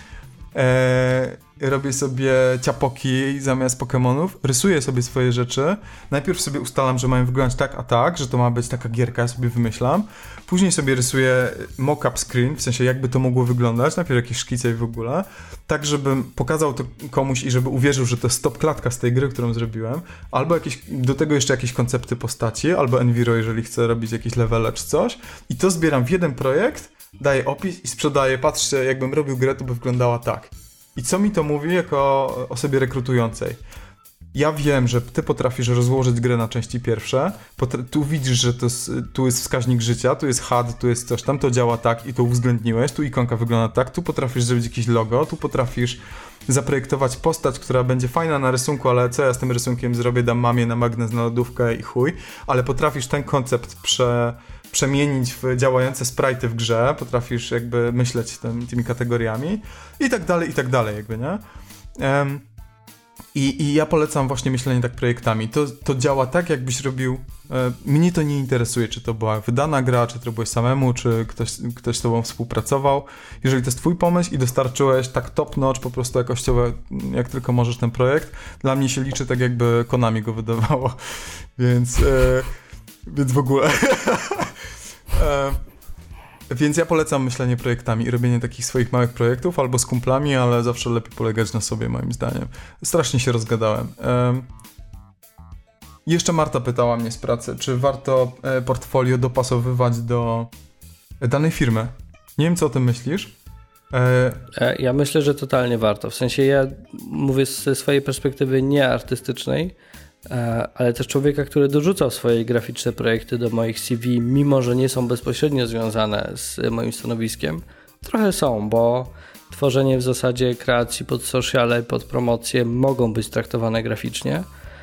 e, robię sobie ciapoki zamiast Pokemonów, rysuję sobie swoje rzeczy. Najpierw sobie ustalam, że mają wyglądać tak, a tak, że to ma być taka gierka, ja sobie wymyślam. Później sobie rysuję mock-up screen, w sensie jakby to mogło wyglądać, najpierw jakieś szkice i w ogóle, tak żebym pokazał to komuś i żeby uwierzył, że to jest stop klatka z tej gry, którą zrobiłem, albo jakieś, do tego jeszcze jakieś koncepty postaci, albo enviro, jeżeli chcę robić jakieś levele czy coś, i to zbieram w jeden projekt, daję opis i sprzedaję, patrzcie, jakbym robił grę, to by wyglądała tak. I co mi to mówi jako osobie rekrutującej? Ja wiem, że ty potrafisz rozłożyć grę na części pierwsze, Potr- tu widzisz, że to jest, tu jest wskaźnik życia, tu jest H U D, tu jest coś tam, to działa tak i to uwzględniłeś, tu ikonka wygląda tak, tu potrafisz zrobić jakieś logo, tu potrafisz zaprojektować postać, która będzie fajna na rysunku, ale co ja z tym rysunkiem zrobię, dam mamie na magnes na lodówkę i chuj, ale potrafisz ten koncept prze... przemienić w działające sprite'y w grze, potrafisz jakby myśleć tym, tymi kategoriami i tak dalej, i tak dalej jakby, nie? Um, i, I ja polecam właśnie myślenie tak projektami. To, to działa tak, jakbyś robił... E, mnie to nie interesuje, czy to była wydana gra, czy to byłeś samemu, czy ktoś, ktoś z tobą współpracował. Jeżeli to jest twój pomysł i dostarczyłeś tak top notch, po prostu jakościowe, jak tylko możesz ten projekt, dla mnie się liczy tak, jakby Konami go wydawało. Więc... E, więc w ogóle... e, Więc ja polecam myślenie projektami i robienie takich swoich małych projektów albo z kumplami, ale zawsze lepiej polegać na sobie, moim zdaniem. Strasznie się rozgadałem. Um, jeszcze Marta pytała mnie z pracy, czy warto e, portfolio dopasowywać do danej firmy. Nie wiem, co o tym myślisz?
E... Ja myślę, że totalnie warto. W sensie ja mówię ze swojej perspektywy nie artystycznej, ale też człowieka, który dorzucał swoje graficzne projekty do moich C V, mimo że nie są bezpośrednio związane z moim stanowiskiem. Trochę są, bo tworzenie w zasadzie kreacji pod sociale, pod promocję mogą być traktowane graficznie,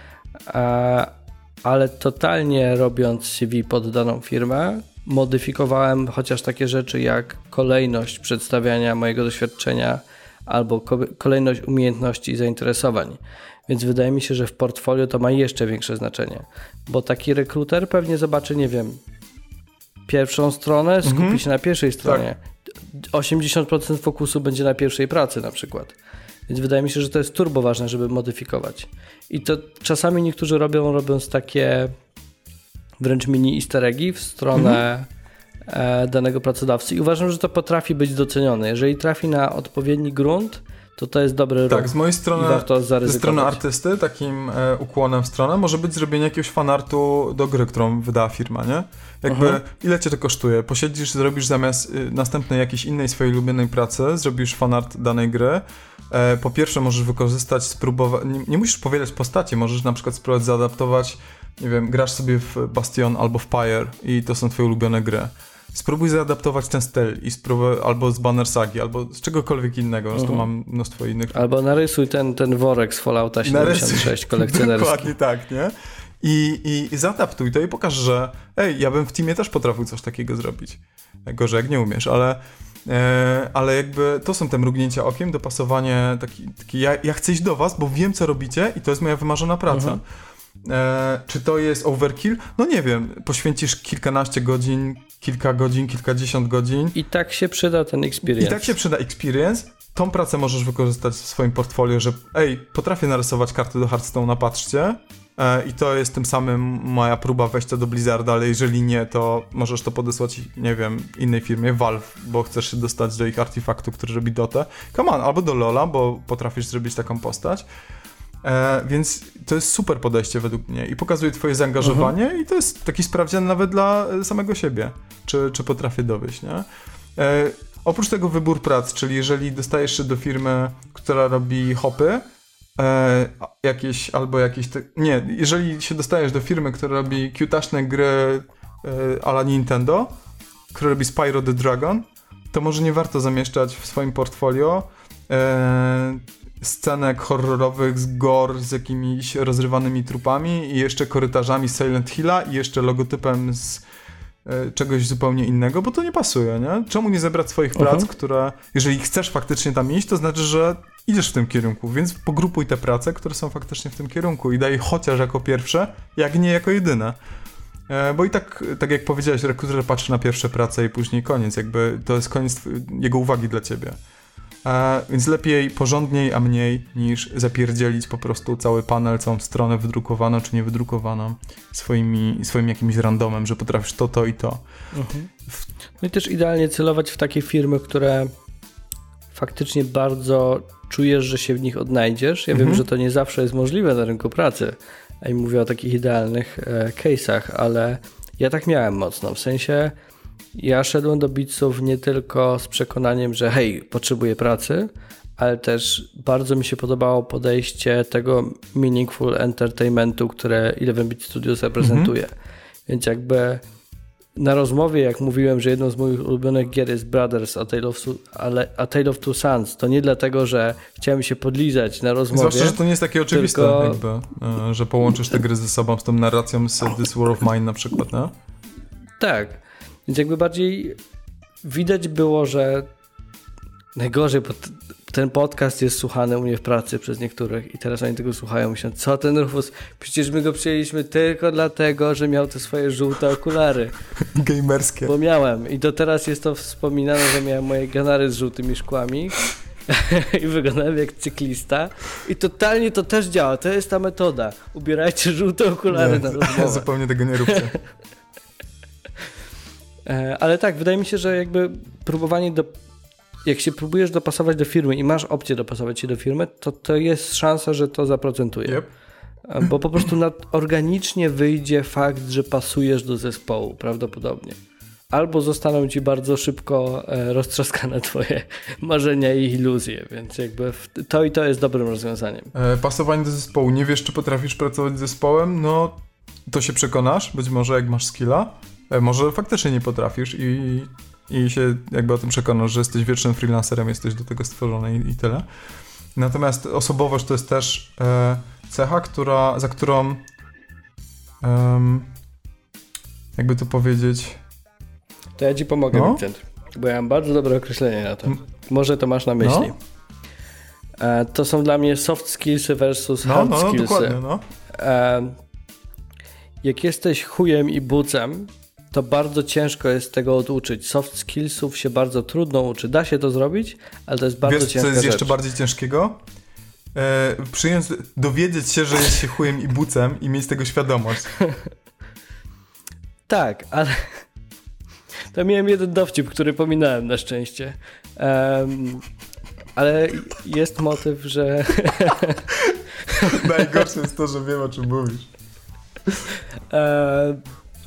ale totalnie robiąc C V pod daną firmę, modyfikowałem chociaż takie rzeczy jak kolejność przedstawiania mojego doświadczenia albo kolejność umiejętności i zainteresowań. Więc wydaje mi się, że w portfolio to ma jeszcze większe znaczenie, bo taki rekruter pewnie zobaczy, nie wiem, pierwszą stronę, skupi mhm. się na pierwszej stronie. Tak. osiemdziesiąt procent fokusu będzie na pierwszej pracy na przykład. Więc wydaje mi się, że to jest turbo ważne, żeby modyfikować. I to czasami niektórzy robią, robiąc takie wręcz mini easter eggi w stronę mhm. danego pracodawcy i uważam, że to potrafi być docenione. Jeżeli trafi na odpowiedni grunt, to to jest dobry ruch.
Tak, z mojej strony, ze strony artysty, takim e, ukłonem w stronę może być zrobienie jakiegoś fanartu do gry, którą wydała firma, nie? Jakby, uh-huh. ile cię to kosztuje? Posiedzisz, zrobisz zamiast y, następnej jakiejś innej swojej ulubionej pracy, zrobisz fanart danej gry. E, po pierwsze możesz wykorzystać, spróbować, nie, nie musisz powielać postaci, możesz na przykład spróbować zaadaptować, nie wiem, grasz sobie w Bastion albo w Pyre i to są twoje ulubione gry. Spróbuj zaadaptować ten styl i spróbuj albo z Banner Sagi, albo z czegokolwiek innego. Zresztą uh-huh. mam mnóstwo innych.
Albo narysuj ten, ten worek z Fallouta siedemdziesiąt sześć kolekcjonerski.
Dokładnie tak, nie? I, i, i zaadaptuj to i pokaż, że ej, ja bym w teamie też potrafił coś takiego zrobić. Gorzej jak nie umiesz, ale, e, ale jakby to są te mrugnięcia okiem, dopasowanie taki, taki ja, ja chcę iść do was, bo wiem, co robicie i to jest moja wymarzona praca. Uh-huh. E, czy to jest overkill? No nie wiem, poświęcisz kilkanaście godzin, kilka godzin, kilkadziesiąt godzin.
I tak się przyda ten experience.
I tak się przyda experience. Tą pracę możesz wykorzystać w swoim portfolio, że ej, potrafię narysować karty do Hearthstone'a, patrzcie. E, I to jest tym samym moja próba wejścia do Blizzarda, ale jeżeli nie, to możesz to podesłać, nie wiem, innej firmie, Valve, bo chcesz się dostać do ich artefaktu, który robi Dotę. Come on, albo do LoL'a, bo potrafisz zrobić taką postać. E, więc to jest super podejście według mnie i pokazuje twoje zaangażowanie uh-huh. i to jest taki sprawdzian nawet dla samego siebie, czy, czy potrafię dowieść, nie? E, oprócz tego wybór prac, czyli jeżeli dostajesz się do firmy, która robi hopy, e, jakieś albo jakieś, te, nie, jeżeli się dostajesz do firmy, która robi cutaśne gry e, a la Nintendo, który robi Spyro the Dragon, to może nie warto zamieszczać w swoim portfolio e, scenek horrorowych z gore, z jakimiś rozrywanymi trupami i jeszcze korytarzami z Silent Hilla i jeszcze logotypem z e, czegoś zupełnie innego, bo to nie pasuje, nie? Czemu nie zebrać swoich prac, uh-huh. które, jeżeli chcesz faktycznie tam iść, to znaczy, że idziesz w tym kierunku, więc pogrupuj te prace, które są faktycznie w tym kierunku i daj chociaż jako pierwsze, jak nie jako jedyne. E, bo i tak, tak jak powiedziałeś, rekruter patrzy na pierwsze prace i później koniec, jakby to jest koniec jego uwagi dla ciebie. E, więc lepiej porządniej, a mniej niż zapierdzielić po prostu cały panel, całą stronę wydrukowaną czy niewydrukowaną swoimi, swoim jakimś randomem, że potrafisz to, to i to.
Mhm. No i też idealnie celować w takie firmy, które faktycznie bardzo czujesz, że się w nich odnajdziesz. Ja mhm. wiem, że to nie zawsze jest możliwe na rynku pracy, a i mówię o takich idealnych e, case'ach, ale ja tak miałem mocno, w sensie ja szedłem do Beatsów nie tylko z przekonaniem, że hej, potrzebuję pracy, ale też bardzo mi się podobało podejście tego meaningful entertainmentu, które Eleven Beat Studios reprezentuje. Mhm. Więc jakby na rozmowie, jak mówiłem, że jedną z moich ulubionych gier jest Brothers, A Tale of, ale A Tale of Two Sons, to nie dlatego, że chciałem się podlizać na rozmowie.
Zwłaszcza, że to nie jest takie oczywiste,
tylko...
jakby, że połączysz te gry ze sobą z tą narracją z This War of Mine na przykład, no?
Tak. Więc jakby bardziej widać było, że najgorzej, bo ten podcast jest słuchany u mnie w pracy przez niektórych i teraz oni tego słuchają, myślą, co ten Rufus, przecież my go przyjęliśmy tylko dlatego, że miał te swoje żółte okulary.
Gamerskie.
Bo miałem i do teraz jest to wspominane, że miałem moje ganary z żółtymi szkłami i wyglądałem jak cyklista i totalnie to też działa, to jest ta metoda. Ubierajcie żółte okulary
nie,
na rozmowę.
Zupełnie tego nie róbcie.
Ale tak, wydaje mi się, że jakby próbowanie do... Jak się próbujesz dopasować do firmy i masz opcję dopasować się do firmy, to to jest szansa, że to zaprocentuje. Yep. Bo po prostu nad, organicznie wyjdzie fakt, że pasujesz do zespołu prawdopodobnie. Albo zostaną ci bardzo szybko e, roztrzaskane twoje marzenia i iluzje, więc jakby w, to i to jest dobrym rozwiązaniem.
E, pasowanie do zespołu. Nie wiesz, czy potrafisz pracować z zespołem? No, to się przekonasz, być może jak masz skilla. E, może faktycznie nie potrafisz i i się jakby o tym przekonasz, że jesteś wiecznym freelancerem, jesteś do tego stworzony i, i tyle. Natomiast osobowość to jest też e, cecha, która, za którą um, jakby to powiedzieć...
To ja ci pomogę, no? Vincent, bo ja mam bardzo dobre określenie na to. Może to masz na myśli. No? E, to są dla mnie soft skillsy versus hard
no, no,
skillsy.
Dokładnie, no.
E, jak jesteś chujem i bucem, to bardzo ciężko jest tego oduczyć. Soft skillsów się bardzo trudno uczy. Da się to zrobić, ale to jest bardzo
Wiesz,
ciężka rzecz.
Wiesz, co jest
rzecz.
jeszcze bardziej ciężkiego? E, przyjąć, dowiedzieć się, że jest się chujem i bucem i mieć tego świadomość.
Tak, ale to miałem jeden dowcip, który pominąłem na szczęście. Um, ale jest motyw, że...
Najgorsze jest to, że wiem, o czym mówisz.
Um,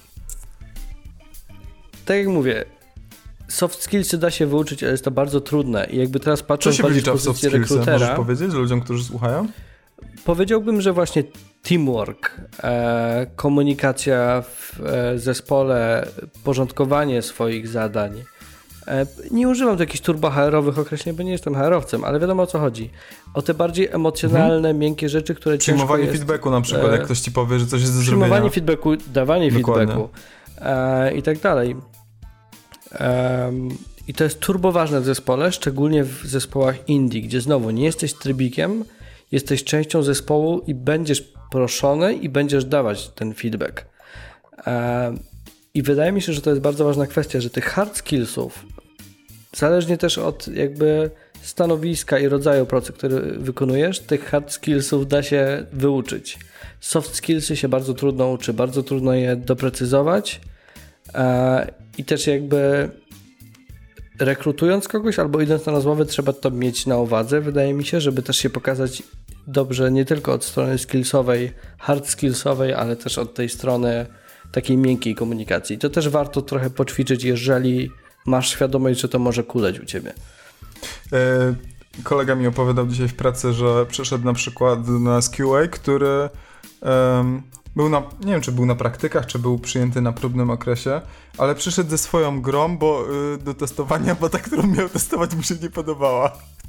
Tak jak mówię, soft skillsy da się wyuczyć, ale jest to bardzo trudne i jakby teraz patrząc
Co się wlicza w soft skillsy?
rekrutera,
Możesz powiedzieć ludziom, którzy słuchają?
Powiedziałbym, że właśnie teamwork, e, komunikacja w e, zespole, porządkowanie swoich zadań. E, nie używam tu jakichś turbo H R-owych określeń, bo nie jestem H R-owcem, ale wiadomo o co chodzi. O te bardziej emocjonalne, hmm. miękkie rzeczy, które
Przyjmowanie
ciężko jest...
feedbacku na przykład, e, jak ktoś ci powie, że coś jest do zrobienia.
Przyjmowanie feedbacku, dawanie
Dokładnie.
feedbacku e, i tak dalej. Um, I to jest turbo ważne w zespole, szczególnie w zespołach indie, gdzie znowu nie jesteś trybikiem, jesteś częścią zespołu i będziesz proszony i będziesz dawać ten feedback. Um, I wydaje mi się, że to jest bardzo ważna kwestia, że tych hard skillsów, zależnie też od jakby stanowiska i rodzaju pracy, który wykonujesz, tych hard skillsów da się wyuczyć. Soft skillsy się bardzo trudno uczy, bardzo trudno je doprecyzować. I też jakby rekrutując kogoś albo idąc na rozmowę trzeba to mieć na uwadze, wydaje mi się, żeby też się pokazać dobrze nie tylko od strony skillsowej, hard skillsowej, ale też od tej strony takiej miękkiej komunikacji. To też warto trochę poćwiczyć, jeżeli masz świadomość, że to może kuleć u ciebie.
E, kolega mi opowiadał dzisiaj w pracy, że przyszedł na przykład na S Q A, który um, był na, nie wiem czy był na praktykach, czy był przyjęty na próbnym okresie, ale przyszedł ze swoją grą, bo y, do testowania, bo ta, którą miał testować, mu się nie podobała.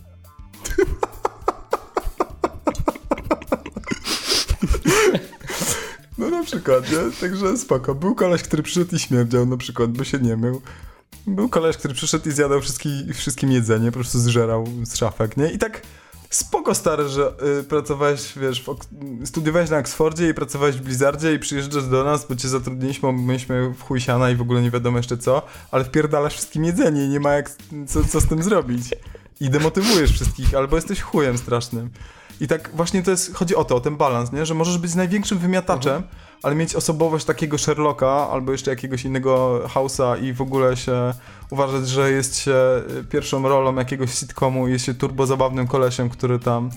No na przykład, nie? Także spoko. Był koleś, który przyszedł i śmierdział na przykład, bo się nie mył. Był koleś, który przyszedł i zjadał wszystkim, wszystkim jedzenie, po prostu zżerał z szafek, nie? I tak spoko stary, że y, pracowałeś, wiesz, w, studiowałeś na Oxfordzie i pracowałeś w Blizzardzie i przyjeżdżasz do nas, bo cię zatrudniliśmy, bo myśmy w chuj siana i w ogóle nie wiadomo jeszcze co, ale wpierdalasz wszystkim jedzenie i nie ma jak, co, co z tym zrobić. I demotywujesz wszystkich, albo jesteś chujem strasznym. I tak właśnie to jest, chodzi o to, o ten balans, nie? Że możesz być największym wymiataczem, mhm. ale mieć osobowość takiego Sherlocka albo jeszcze jakiegoś innego House'a i w ogóle się uważać, że jest się pierwszą rolą jakiegoś sitcomu i jest się turbo zabawnym kolesiem, który tam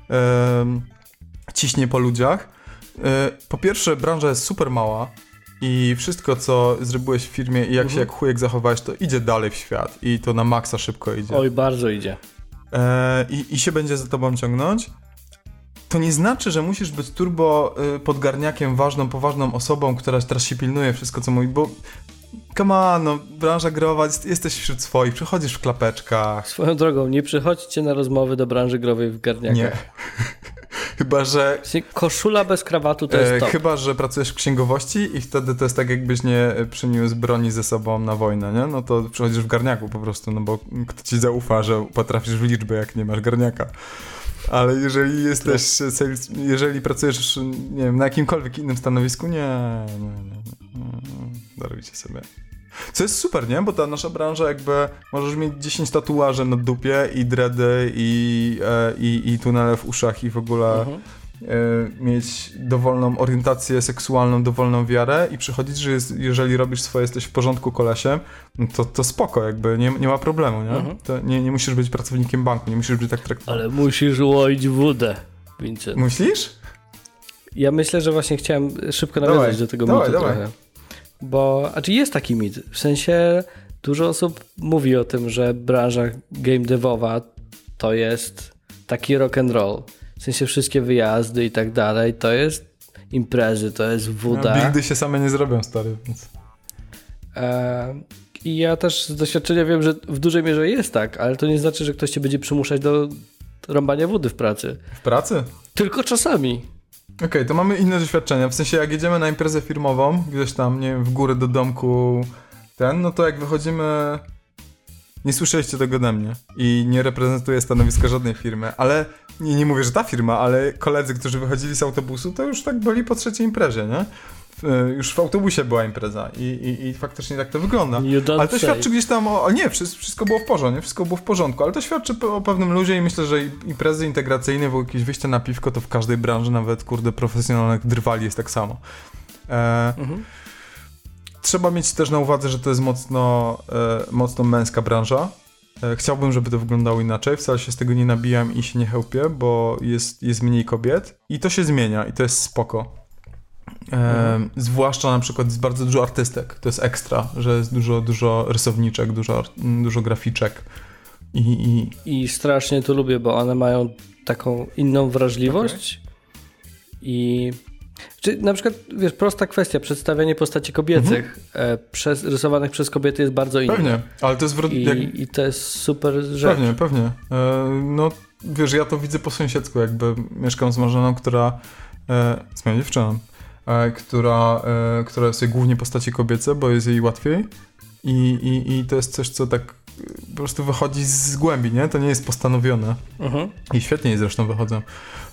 e, ciśnie po ludziach. E, po pierwsze, branża jest super mała i wszystko, co zrobiłeś w firmie i jak mhm. się jak chujek zachowałeś, to idzie dalej w świat i to na maksa szybko idzie.
Oj, bardzo idzie.
E, i, I się będzie za tobą ciągnąć. To nie znaczy, że musisz być turbo y, podgarniakiem, ważną, poważną osobą, która teraz się pilnuje wszystko, co mówi, bo come on, no, branża growa, jest, jesteś wśród swoich, przychodzisz w klapeczkach.
Swoją drogą, nie przychodźcie na rozmowy do branży growej w garniakach.
Nie. Chyba, że...
Koszula bez krawatu to jest
e,
top.
Chyba, że pracujesz w księgowości i wtedy to jest tak, jakbyś nie przyniósł broni ze sobą na wojnę, nie? No to przychodzisz w garniaku po prostu, no bo kto ci zaufa, że potrafisz w liczbę, jak nie masz garniaka. Ale jeżeli jesteś, sales, jeżeli pracujesz, nie wiem, na jakimkolwiek innym stanowisku, nie, nie, nie, nie, darujcie sobie. Co jest super, nie? Bo ta nasza branża jakby, możesz mieć dziesięć tatuaży na dupie i dready i, e, i, i tunele w uszach i w ogóle mhm. e, mieć dowolną orientację seksualną, dowolną wiarę i przychodzić, że jest, jeżeli robisz swoje, jesteś w porządku kolesiem, no to, to spoko, jakby nie, nie ma problemu, nie? Mhm. To nie, nie musisz być pracownikiem banku, nie musisz być tak traktowany.
Ale musisz łoić wódę, Vincent.
Myślisz?
Ja myślę, że właśnie chciałem szybko nawiązać dawaj, do tego dawaj, mitu dawaj. trochę. Bo, a czy jest taki mit? W sensie dużo osób mówi o tym, że branża game devowa to jest taki rock and roll. W sensie wszystkie wyjazdy i tak dalej, to jest imprezy, to jest woda.
No, nigdy się same nie zrobią, stary. Więc...
E, I ja też z doświadczenia wiem, że w dużej mierze jest tak, ale to nie znaczy, że ktoś cię będzie przymuszać do rąbania wody w pracy.
W pracy?
Tylko czasami.
Okej, okay, to mamy inne doświadczenia. W sensie jak jedziemy na imprezę firmową, gdzieś tam, nie wiem, w górę do domku ten, no to jak wychodzimy... Nie słyszeliście tego ode mnie i nie reprezentuję stanowiska żadnej firmy, ale nie, nie mówię, że ta firma, ale koledzy, którzy wychodzili z autobusu, to już tak byli po trzeciej imprezie, nie? Już w autobusie była impreza i, i, i faktycznie tak to wygląda. Ale to świadczy gdzieś tam o... Nie, wszystko było w porządku, wszystko było w porządku, ale to świadczy o pewnym luzie i myślę, że imprezy integracyjne, bo jakieś wyjście na piwko, to w każdej branży, nawet kurde profesjonalnych drwali jest tak samo. E, mhm. Trzeba mieć też na uwadze, że to jest mocno, e, mocno męska branża. E, chciałbym, żeby to wyglądało inaczej, wcale się z tego nie nabijam i się nie chełpię, bo jest, jest mniej kobiet i to się zmienia i to jest spoko. E, mhm. Zwłaszcza na przykład jest bardzo dużo artystek, to jest ekstra, że jest dużo, dużo rysowniczek, dużo, dużo graficzek i, i...
I strasznie to lubię, bo one mają taką inną wrażliwość okay. i czy na przykład, wiesz, prosta kwestia, przedstawianie postaci kobiecych mhm. e, przez, rysowanych przez kobiety jest bardzo inne.
Pewnie, ale to jest... W...
I,
jak...
I to jest super rzecz.
Pewnie, pewnie. E, no, wiesz, ja to widzę po sąsiedzku, jakby mieszkam z marzeną, która... E, z moją dziewczyną, e, która, e, która sobie głównie postaci kobiece, bo jest jej łatwiej i, i, i to jest coś, co tak po prostu wychodzi z głębi, nie? To nie jest postanowione. Mhm. I świetnie jej zresztą wychodzą.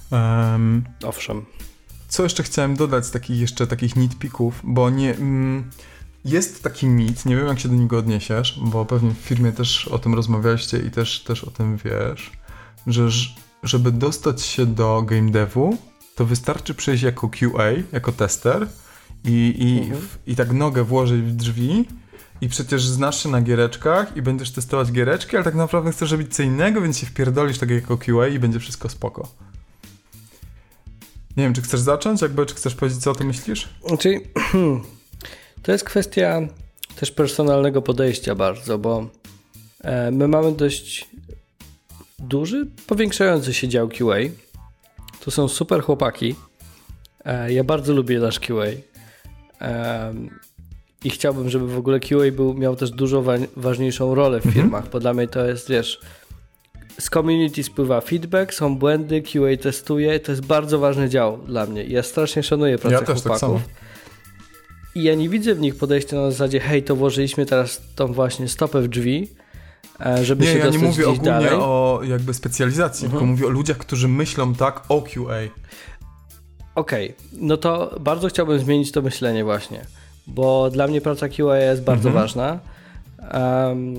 Um,
Owszem.
Co jeszcze chciałem dodać z takich jeszcze takich nitpicków, bo nie... Mm, jest taki mit, nie wiem jak się do niego odniesiesz, bo pewnie w firmie też o tym rozmawialiście i też, też o tym wiesz, że żeby dostać się do game devu, to wystarczy przejść jako Q A, jako tester i, i, mhm. w, i tak nogę włożyć w drzwi i przecież znasz się na giereczkach i będziesz testować giereczki, ale tak naprawdę chcesz robić co innego, więc się wpierdolisz tak jako Q A i będzie wszystko spoko. Nie wiem, czy chcesz zacząć? Jakby, czy chcesz powiedzieć, co o tym myślisz?
Czyli to jest kwestia też personalnego podejścia bardzo, bo my mamy dość duży, powiększający się dział Q A. To są super chłopaki Ja bardzo lubię nasz Q A i chciałbym, żeby w ogóle Q A był, miał też dużo wa- ważniejszą rolę w firmach, mm-hmm. bo dla mnie to jest, wiesz, z community spływa feedback, są błędy, Q A testuje, to jest bardzo ważny dział dla mnie. Ja strasznie szanuję pracę ja chłopaków. Też tak samo. I ja nie widzę w nich podejścia na zasadzie, hej, to włożyliśmy teraz tą właśnie stopę w drzwi, żeby
nie,
się
ja
dostać
nie mówię
gdzieś
ogólnie
dalej.
o jakby specjalizacji, mhm. tylko mówię o ludziach, którzy myślą tak o Q A.
Okej, okay. No to bardzo chciałbym zmienić to myślenie właśnie, bo dla mnie praca Q A jest bardzo mhm. ważna um,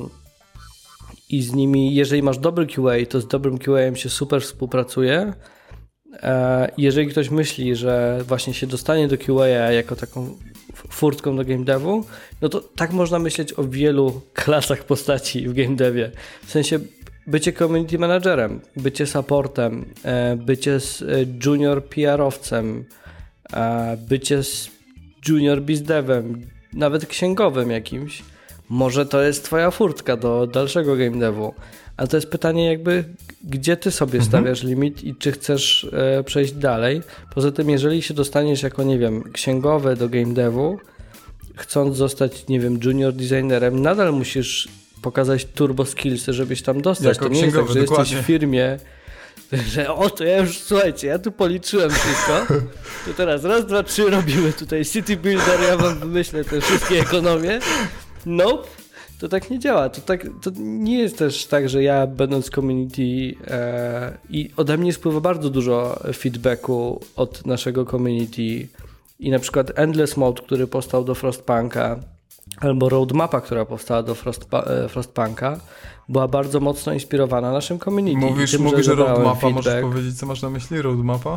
i z nimi, jeżeli masz dobry Q A, to z dobrym Q A się super współpracuje. Jeżeli ktoś myśli, że właśnie się dostanie do Q A jako taką furtką do game devu, no to tak można myśleć o wielu klasach postaci w game devie. W sensie bycie community managerem, bycie supportem, bycie z junior P R-owcem, bycie z junior bizdevem, nawet księgowym jakimś. Może to jest twoja furtka do dalszego game devu. Ale to jest pytanie jakby, gdzie ty sobie mhm. stawiasz limit i czy chcesz e, przejść dalej. Poza tym, jeżeli się dostaniesz jako, nie wiem, księgowy do game devu, chcąc zostać, nie wiem, junior designerem, nadal musisz pokazać turbo skillsy, żebyś tam dostać.
Jako
to nie jest tak, że
dokładnie.
jesteś w firmie, że o, to ja już, słuchajcie, ja tu policzyłem wszystko, to teraz raz, dwa, trzy robimy tutaj city builder, ja wam wymyślę te wszystkie ekonomie. Nope. To tak nie działa. To, tak, to nie jest też tak, że ja będąc community e, i ode mnie spływa bardzo dużo feedbacku od naszego community i na przykład Endless Mode, który powstał do Frostpunka, albo Roadmapa, która powstała do Frostpa- Frostpunka, była bardzo mocno inspirowana naszym community.
Mówisz, tym, mówisz że Roadmapa, feedback. Możesz powiedzieć, co masz na myśli? Roadmapa?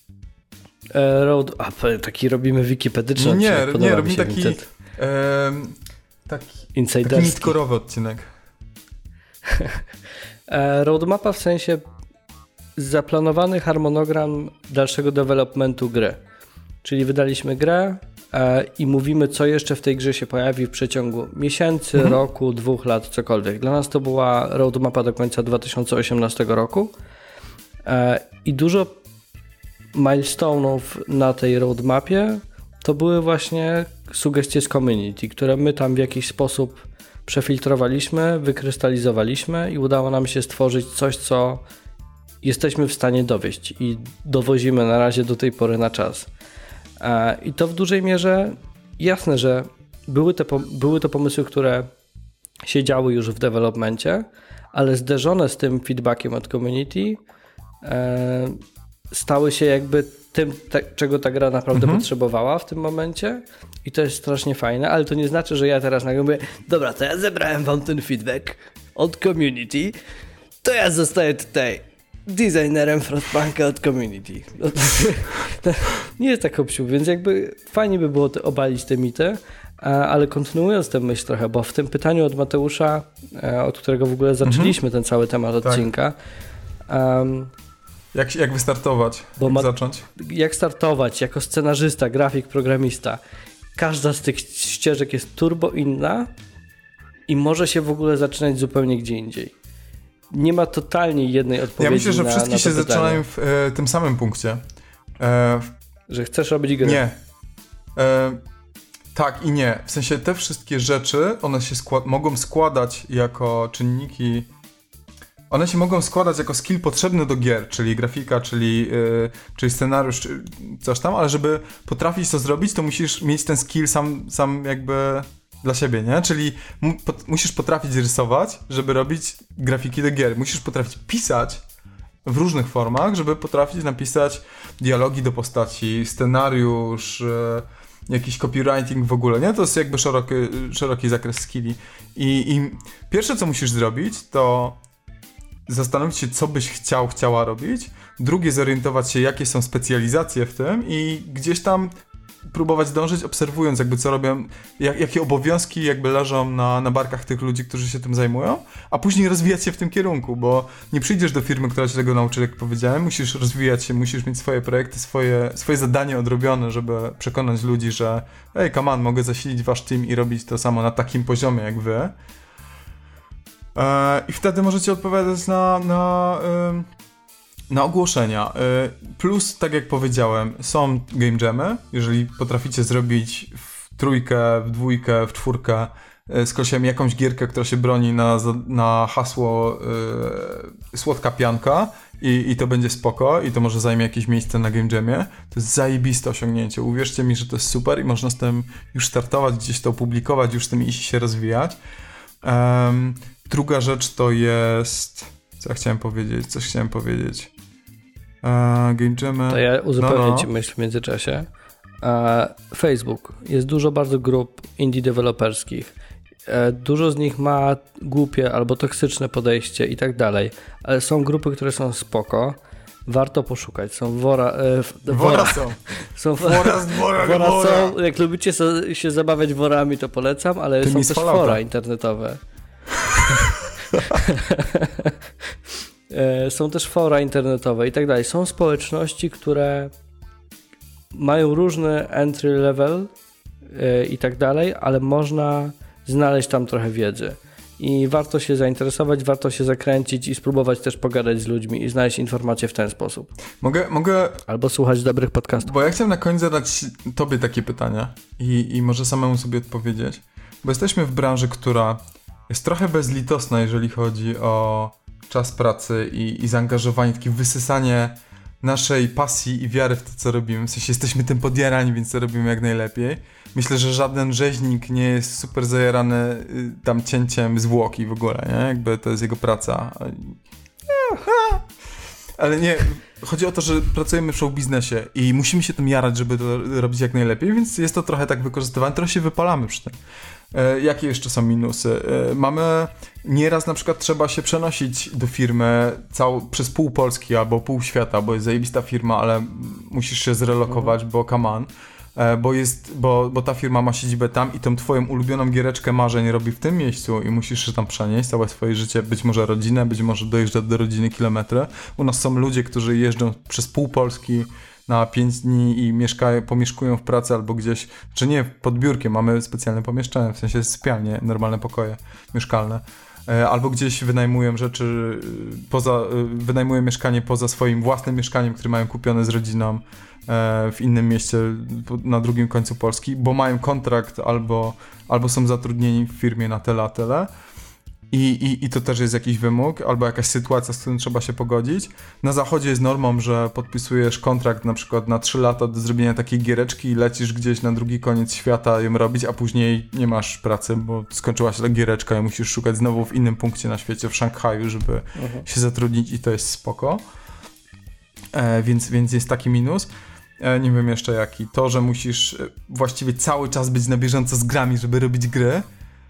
E, road, a, taki robimy wikipedyczny
Nie,
odcinek,
nie, robimy taki... Taki, taki nitkorowy odcinek.
Roadmapa w sensie zaplanowany harmonogram dalszego developmentu gry. Czyli wydaliśmy grę e, i mówimy, co jeszcze w tej grze się pojawi w przeciągu miesięcy, mhm. roku, dwóch lat, cokolwiek. Dla nas to była roadmapa do końca dwa tysiące osiemnastego roku e, i dużo milestone'ów na tej roadmapie to były właśnie sugestie z community, które my tam w jakiś sposób przefiltrowaliśmy, wykrystalizowaliśmy i udało nam się stworzyć coś, co jesteśmy w stanie dowieść i dowozimy na razie do tej pory na czas. I to w dużej mierze jasne, że były, te, były to pomysły, które się działy już w developmencie, ale zderzone z tym feedbackiem od community stały się jakby tym, te, czego ta gra naprawdę mhm. potrzebowała w tym momencie i to jest strasznie fajne, ale to nie znaczy, że ja teraz nagle mówię, dobra, to ja zebrałem wam ten feedback od community, to ja zostaję tutaj designerem Frostpunka od community. No to, to nie jest tak obsiu, więc jakby fajnie by było te, obalić te mity, ale kontynuując tę myśl trochę, bo w tym pytaniu od Mateusza, od którego w ogóle zaczęliśmy mhm. ten cały temat odcinka, tak. um,
Jak, jak wystartować? Bo jak ma, zacząć?
Jak startować jako scenarzysta, grafik, programista. Każda z tych ścieżek jest turbo inna i może się w ogóle zaczynać zupełnie gdzie indziej. Nie ma totalnie jednej odpowiedzi.
Ja myślę, że
na,
wszystkie
na
się
pytanie.
zaczynają w e, tym samym punkcie. E,
że chcesz robić grę.
Nie. E, tak i nie. W sensie te wszystkie rzeczy, one się skład- mogą składać jako czynniki. One się mogą składać jako skill potrzebny do gier, czyli grafika, czyli, yy, czyli scenariusz, czy coś tam, ale żeby potrafić to zrobić, to musisz mieć ten skill sam, sam jakby dla siebie, nie? Czyli mu, po, musisz potrafić rysować, żeby robić grafiki do gier. Musisz potrafić pisać w różnych formach, żeby potrafić napisać dialogi do postaci, scenariusz, yy, jakiś copywriting w ogóle, nie? To jest jakby szeroki, szeroki zakres skilli. I, I pierwsze, co musisz zrobić, to zastanowić się, co byś chciał, chciała robić. Drugie, zorientować się, jakie są specjalizacje w tym i gdzieś tam próbować dążyć, obserwując jakby co robią, jak, jakie obowiązki jakby leżą na, na barkach tych ludzi, którzy się tym zajmują, a później rozwijać się w tym kierunku, bo nie przyjdziesz do firmy, która cię tego nauczy, jak powiedziałem, musisz rozwijać się, musisz mieć swoje projekty, swoje, swoje zadanie odrobione, żeby przekonać ludzi, że ej, come on, mogę zasilić wasz team i robić to samo na takim poziomie jak wy. I wtedy możecie odpowiadać na, na, na ogłoszenia. Plus, tak jak powiedziałem, są game jamy. Jeżeli potraficie zrobić w trójkę, w dwójkę, w czwórkę z kolesiem jakąś gierkę, która się broni na, na hasło yy, słodka pianka i, i to będzie spoko i to może zajmie jakieś miejsce na game jamie, to jest zajebiste osiągnięcie. Uwierzcie mi, że to jest super i można z tym już startować, gdzieś to opublikować, już z tym iść się rozwijać. Um, druga rzecz to jest... Co ja chciałem powiedzieć? Coś chciałem powiedzieć. Uh, game jamy...
To ja uzupełnię
no, no.
ci myśl w międzyczasie. Uh, Facebook. Jest dużo bardzo grup indie deweloperskich. Dużo z nich ma głupie albo toksyczne podejście i tak dalej, ale są grupy, które są spoko, warto poszukać. Są wora... E,
wora,
wora
są.
są
wora, wora,
wora
wora.
są. Jak lubicie so, się zabawiać worami, to polecam, ale
Tymi
są też fora internetowe. Są też fora internetowe i tak dalej. Są społeczności, które mają różny entry level e, i tak dalej, ale można znaleźć tam trochę wiedzy i warto się zainteresować, warto się zakręcić i spróbować też pogadać z ludźmi i znaleźć informacje w ten sposób.
Mogę, mogę...
Albo słuchać dobrych podcastów.
Bo ja chciałem na koniec zadać tobie takie pytania i, i może samemu sobie odpowiedzieć, bo jesteśmy w branży, która jest trochę bezlitosna, jeżeli chodzi o czas pracy i, i zaangażowanie, takie wysysanie naszej pasji i wiary w to, co robimy. W sensie jesteśmy tym podjarani, więc to robimy jak najlepiej. Myślę, że żaden rzeźnik nie jest super zajarany y, tam cięciem zwłoki w ogóle, nie? Jakby to jest jego praca. Aha. Ale nie, chodzi o to, że pracujemy w show biznesie i musimy się tym jarać, żeby to robić jak najlepiej, więc jest to trochę tak wykorzystywane, trochę się wypalamy przy tym. E, jakie jeszcze są minusy? E, mamy, nieraz na przykład trzeba się przenosić do firmy cał, przez pół Polski albo pół świata, bo jest zajebista firma, ale musisz się zrelokować, bo come on. Bo, jest, bo, bo ta firma ma siedzibę tam i tą twoją ulubioną giereczkę marzeń robi w tym miejscu i musisz się tam przenieść całe swoje życie, być może rodzinę, być może dojeżdżać do rodziny kilometry. U nas są ludzie, którzy jeżdżą przez pół Polski na pięć dni i mieszkają, pomieszkują w pracy albo gdzieś, czy nie pod biurkiem, mamy specjalne pomieszczenie, w sensie sypialnie, normalne pokoje mieszkalne. Albo gdzieś wynajmują rzeczy poza, wynajmują mieszkanie poza swoim własnym mieszkaniem, które mają kupione z rodziną w innym mieście na drugim końcu Polski, bo mają kontrakt albo, albo są zatrudnieni w firmie na tyle, a tyle. I, i, I to też jest jakiś wymóg, albo jakaś sytuacja, z którą trzeba się pogodzić. Na zachodzie jest normą, że podpisujesz kontrakt na przykład na trzy lata do zrobienia takiej giereczki i lecisz gdzieś na drugi koniec świata ją robić, a później nie masz pracy, bo skończyła się ta giereczka i musisz szukać znowu w innym punkcie na świecie, w Szanghaju, żeby uh-huh. się zatrudnić i to jest spoko. E, więc, więc jest taki minus. E, nie wiem jeszcze jaki. To, że musisz właściwie cały czas być na bieżąco z grami, żeby robić gry.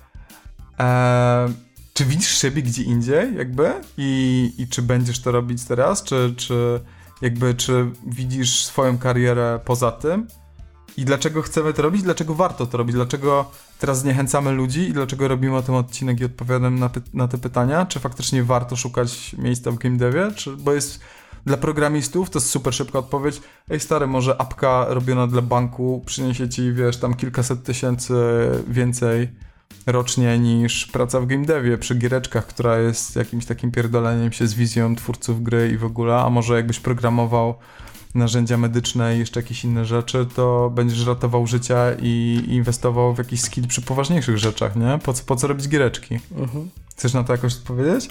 E, Czy widzisz siebie gdzie indziej jakby I, i czy będziesz to robić teraz, czy, czy jakby czy widzisz swoją karierę poza tym i dlaczego chcemy to robić, dlaczego warto to robić, dlaczego teraz zniechęcamy ludzi i dlaczego robimy o tym odcinek i odpowiadam na, py- na te pytania, czy faktycznie warto szukać miejsca w game devie, czy, bo jest dla programistów, to jest super szybka odpowiedź, ej stary, może apka robiona dla banku przyniesie ci, wiesz, tam kilkaset tysięcy więcej rocznie niż praca w game devie przy giereczkach, która jest jakimś takim pierdoleniem się z wizją twórców gry i w ogóle, a może jakbyś programował narzędzia medyczne i jeszcze jakieś inne rzeczy, to będziesz ratował życia i inwestował w jakiś skill przy poważniejszych rzeczach, nie? Po co, po co robić giereczki? Uh-huh. Chcesz na to jakoś odpowiedzieć?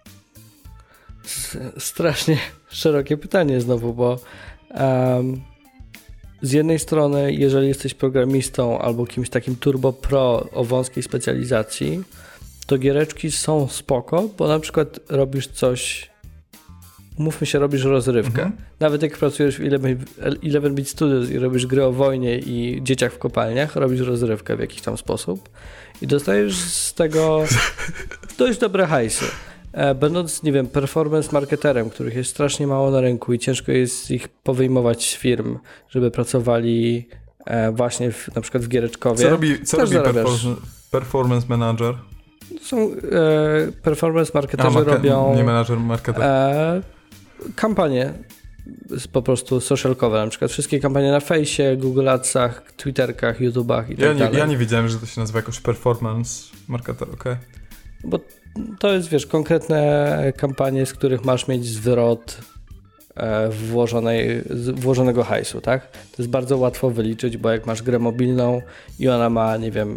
Strasznie szerokie pytanie znowu, bo um, z jednej strony, jeżeli jesteś programistą albo kimś takim turbo pro o wąskiej specjalizacji, to giereczki są spoko, bo na przykład robisz coś, umówmy się, robisz rozrywkę. Mhm. Nawet jak pracujesz w eleven bit Studios i robisz gry o wojnie i dzieciach w kopalniach, robisz rozrywkę w jakiś tam sposób i dostajesz z tego dość dobre hajsy. Będąc, nie wiem, performance marketerem, których jest strasznie mało na rynku i ciężko jest ich powyjmować z firm, żeby pracowali właśnie w, na przykład w giereczkowie.
Co robi, co robi perform- performance manager?
Są e, performance marketerzy A, marke- robią
nie manager, marketer. E,
kampanie po prostu socialkowe, na przykład wszystkie kampanie na Fejsie, Google Adsach, Twitterkach, YouTubach i tak
ja nie,
dalej.
Ja nie wiedziałem, że to się nazywa jakoś performance marketer, okej. Okay.
Bo to jest, wiesz, konkretne kampanie, z których masz mieć zwrot e, włożonej, włożonego hajsu, tak? To jest bardzo łatwo wyliczyć, bo jak masz grę mobilną i ona ma, nie wiem,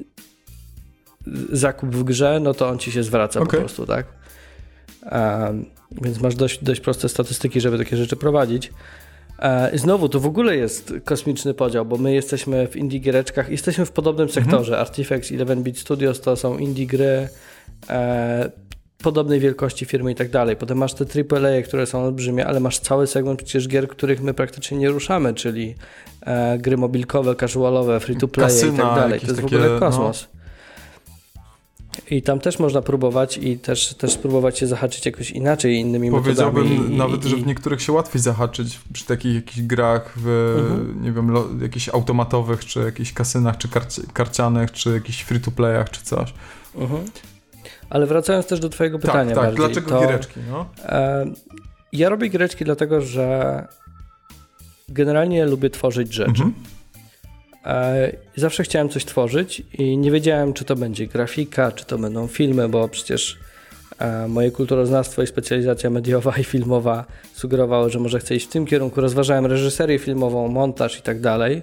zakup w grze, no to on ci się zwraca okay. po prostu, tak? Um, więc masz dość, dość proste statystyki, żeby takie rzeczy prowadzić. E, znowu, to w ogóle jest kosmiczny podział, bo my jesteśmy w indie giereczkach, jesteśmy w podobnym sektorze. Mhm. Artifex, eleven bit Studios to są indie gry e, podobnej wielkości firmy i tak dalej. Potem masz te triple A, które są olbrzymie, ale masz cały segment przecież gier, których my praktycznie nie ruszamy, czyli e, gry mobilkowe, casualowe, free to play i tak dalej. To jest takie, w ogóle kosmos. No. I tam też można próbować i też, też spróbować się zahaczyć jakoś inaczej, innymi
Powiedziałbym
metodami.
Powiedziałbym nawet,
i,
że w niektórych się łatwiej zahaczyć przy takich jakichś grach, w, mhm. nie wiem, lo, jakichś automatowych, czy jakichś kasynach, czy karci, karcianych, czy jakichś free-to-playach, czy coś.
Mhm. Ale wracając też do twojego pytania
tak, tak.
bardziej.
Dlaczego
to,
giereczki? No?
E, ja robię giereczki dlatego, że generalnie lubię tworzyć rzeczy. Mhm. Zawsze chciałem coś tworzyć i nie wiedziałem, czy to będzie grafika, czy to będą filmy, bo przecież moje kulturoznawstwo i specjalizacja mediowa i filmowa sugerowały, że może chcę iść w tym kierunku. Rozważałem reżyserię filmową, montaż i tak dalej.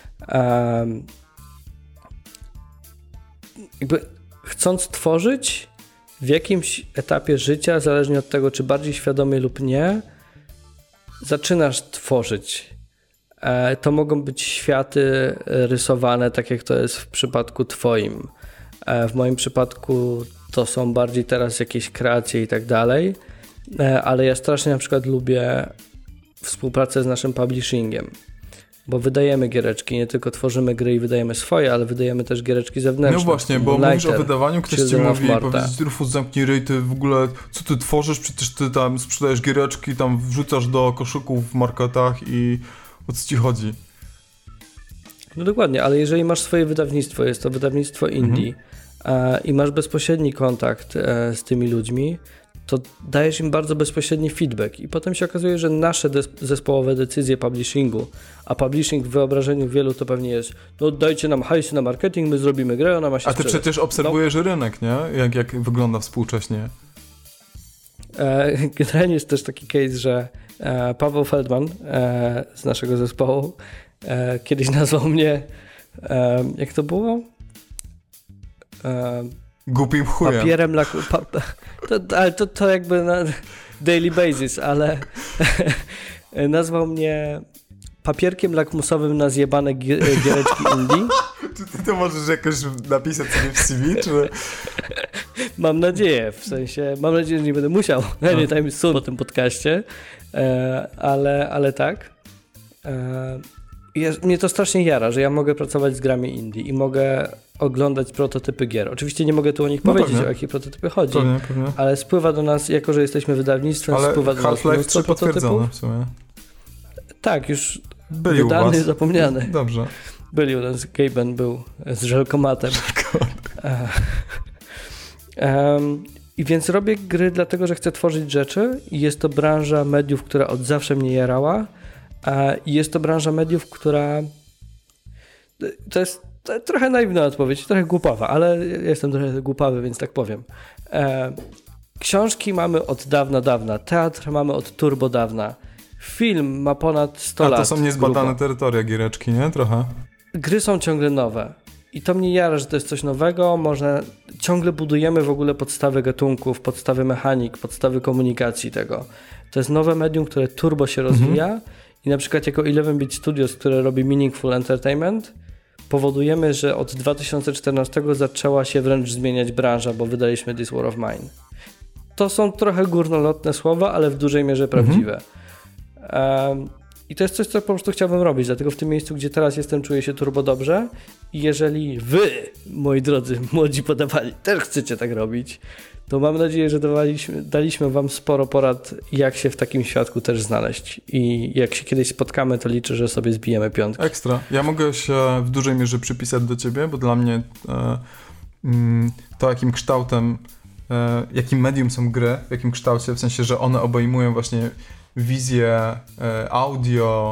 Jakby chcąc tworzyć w jakimś etapie życia, zależnie od tego, czy bardziej świadomie lub nie, zaczynasz tworzyć. To mogą być światy rysowane, tak jak to jest w przypadku twoim. W moim przypadku to są bardziej teraz jakieś kreacje i tak dalej, ale ja strasznie na przykład lubię współpracę z naszym publishingiem, bo wydajemy giereczki, nie tylko tworzymy gry i wydajemy swoje, ale wydajemy też giereczki zewnętrzne.
No właśnie, bo Lighter, mówisz o wydawaniu, ktoś ci mówi, powiedzieć, Rufus, zamknij ryj, ty w ogóle, co ty tworzysz, przecież ty tam sprzedajesz giereczki, tam wrzucasz do koszyków w marketach i o co ci chodzi?
No dokładnie, ale jeżeli masz swoje wydawnictwo, jest to wydawnictwo indie mhm. e, i masz bezpośredni kontakt e, z tymi ludźmi, to dajesz im bardzo bezpośredni feedback i potem się okazuje, że nasze des- zespołowe decyzje publishingu, a publishing w wyobrażeniu wielu to pewnie jest, no dajcie nam hajsy na marketing, my zrobimy grę, ona ma się
A ty
sprzedać.
przecież obserwujesz no. rynek, nie? Jak, jak wygląda współcześnie.
E, generalnie jest też taki case, że e, Paweł Feldman e, z naszego zespołu e, kiedyś nazwał mnie, e, jak to było? E,
Głupim chujem.
Papierem lak... Pa, to, ale to, to jakby na daily basis, ale nazwał mnie papierkiem lakmusowym na zjebane giereczki indie.
Czy ty to możesz jakoś napisać sobie w C V, czy...
Mam nadzieję, w sensie, mam nadzieję, że nie będę musiał anytime soon po tym podcaście, e, ale, ale tak. E, jest, mnie to strasznie jara, że ja mogę pracować z grami indie i mogę oglądać prototypy gier. Oczywiście nie mogę tu o nich no powiedzieć, pewnie. O jakie prototypy chodzi, pewnie, pewnie. Ale spływa do nas, jako że jesteśmy wydawnictwem, ale spływa do nas mnóstwo prototypów.
W sumie. Tak,
już byli wydany, zapomniany.
Dobrze.
Byli u nas, Gaben był z żelkomatem. Um, I więc robię gry dlatego, że chcę tworzyć rzeczy i jest to branża mediów, która od zawsze mnie jarała i jest to branża mediów, która to jest to trochę naiwna odpowiedź, trochę głupawa, ale ja jestem trochę głupawy, więc tak powiem. E, książki mamy od dawna, dawna, teatr mamy od turbo dawna, film ma ponad sto lat.
A to są niezbadane grubo. Terytoria giereczki, nie? Trochę.
Gry są ciągle nowe. I to mnie jara, że to jest coś nowego, można, ciągle budujemy w ogóle podstawy gatunków, podstawy mechanik, podstawy komunikacji tego. To jest nowe medium, które turbo się rozwija mhm. i na przykład jako eleven bit Studios, które robi Meaningful Entertainment, powodujemy, że od dwa tysiące czternastego zaczęła się wręcz zmieniać branża, bo wydaliśmy This War of Mine. To są trochę górnolotne słowa, ale w dużej mierze prawdziwe. Mhm. Um, I to jest coś, co po prostu chciałbym robić, dlatego w tym miejscu, gdzie teraz jestem, czuję się turbo dobrze i jeżeli wy, moi drodzy, młodzi podawali, też chcecie tak robić, to mam nadzieję, że dawaliśmy, daliśmy wam sporo porad, jak się w takim świadku też znaleźć i jak się kiedyś spotkamy, to liczę, że sobie zbijemy piątkę.
Ekstra. Ja mogę się w dużej mierze przypisać do ciebie, bo dla mnie e, mm, to, jakim kształtem, e, jakim medium są gry, w jakim kształcie, w sensie, że one obejmują właśnie wizję, e, audio,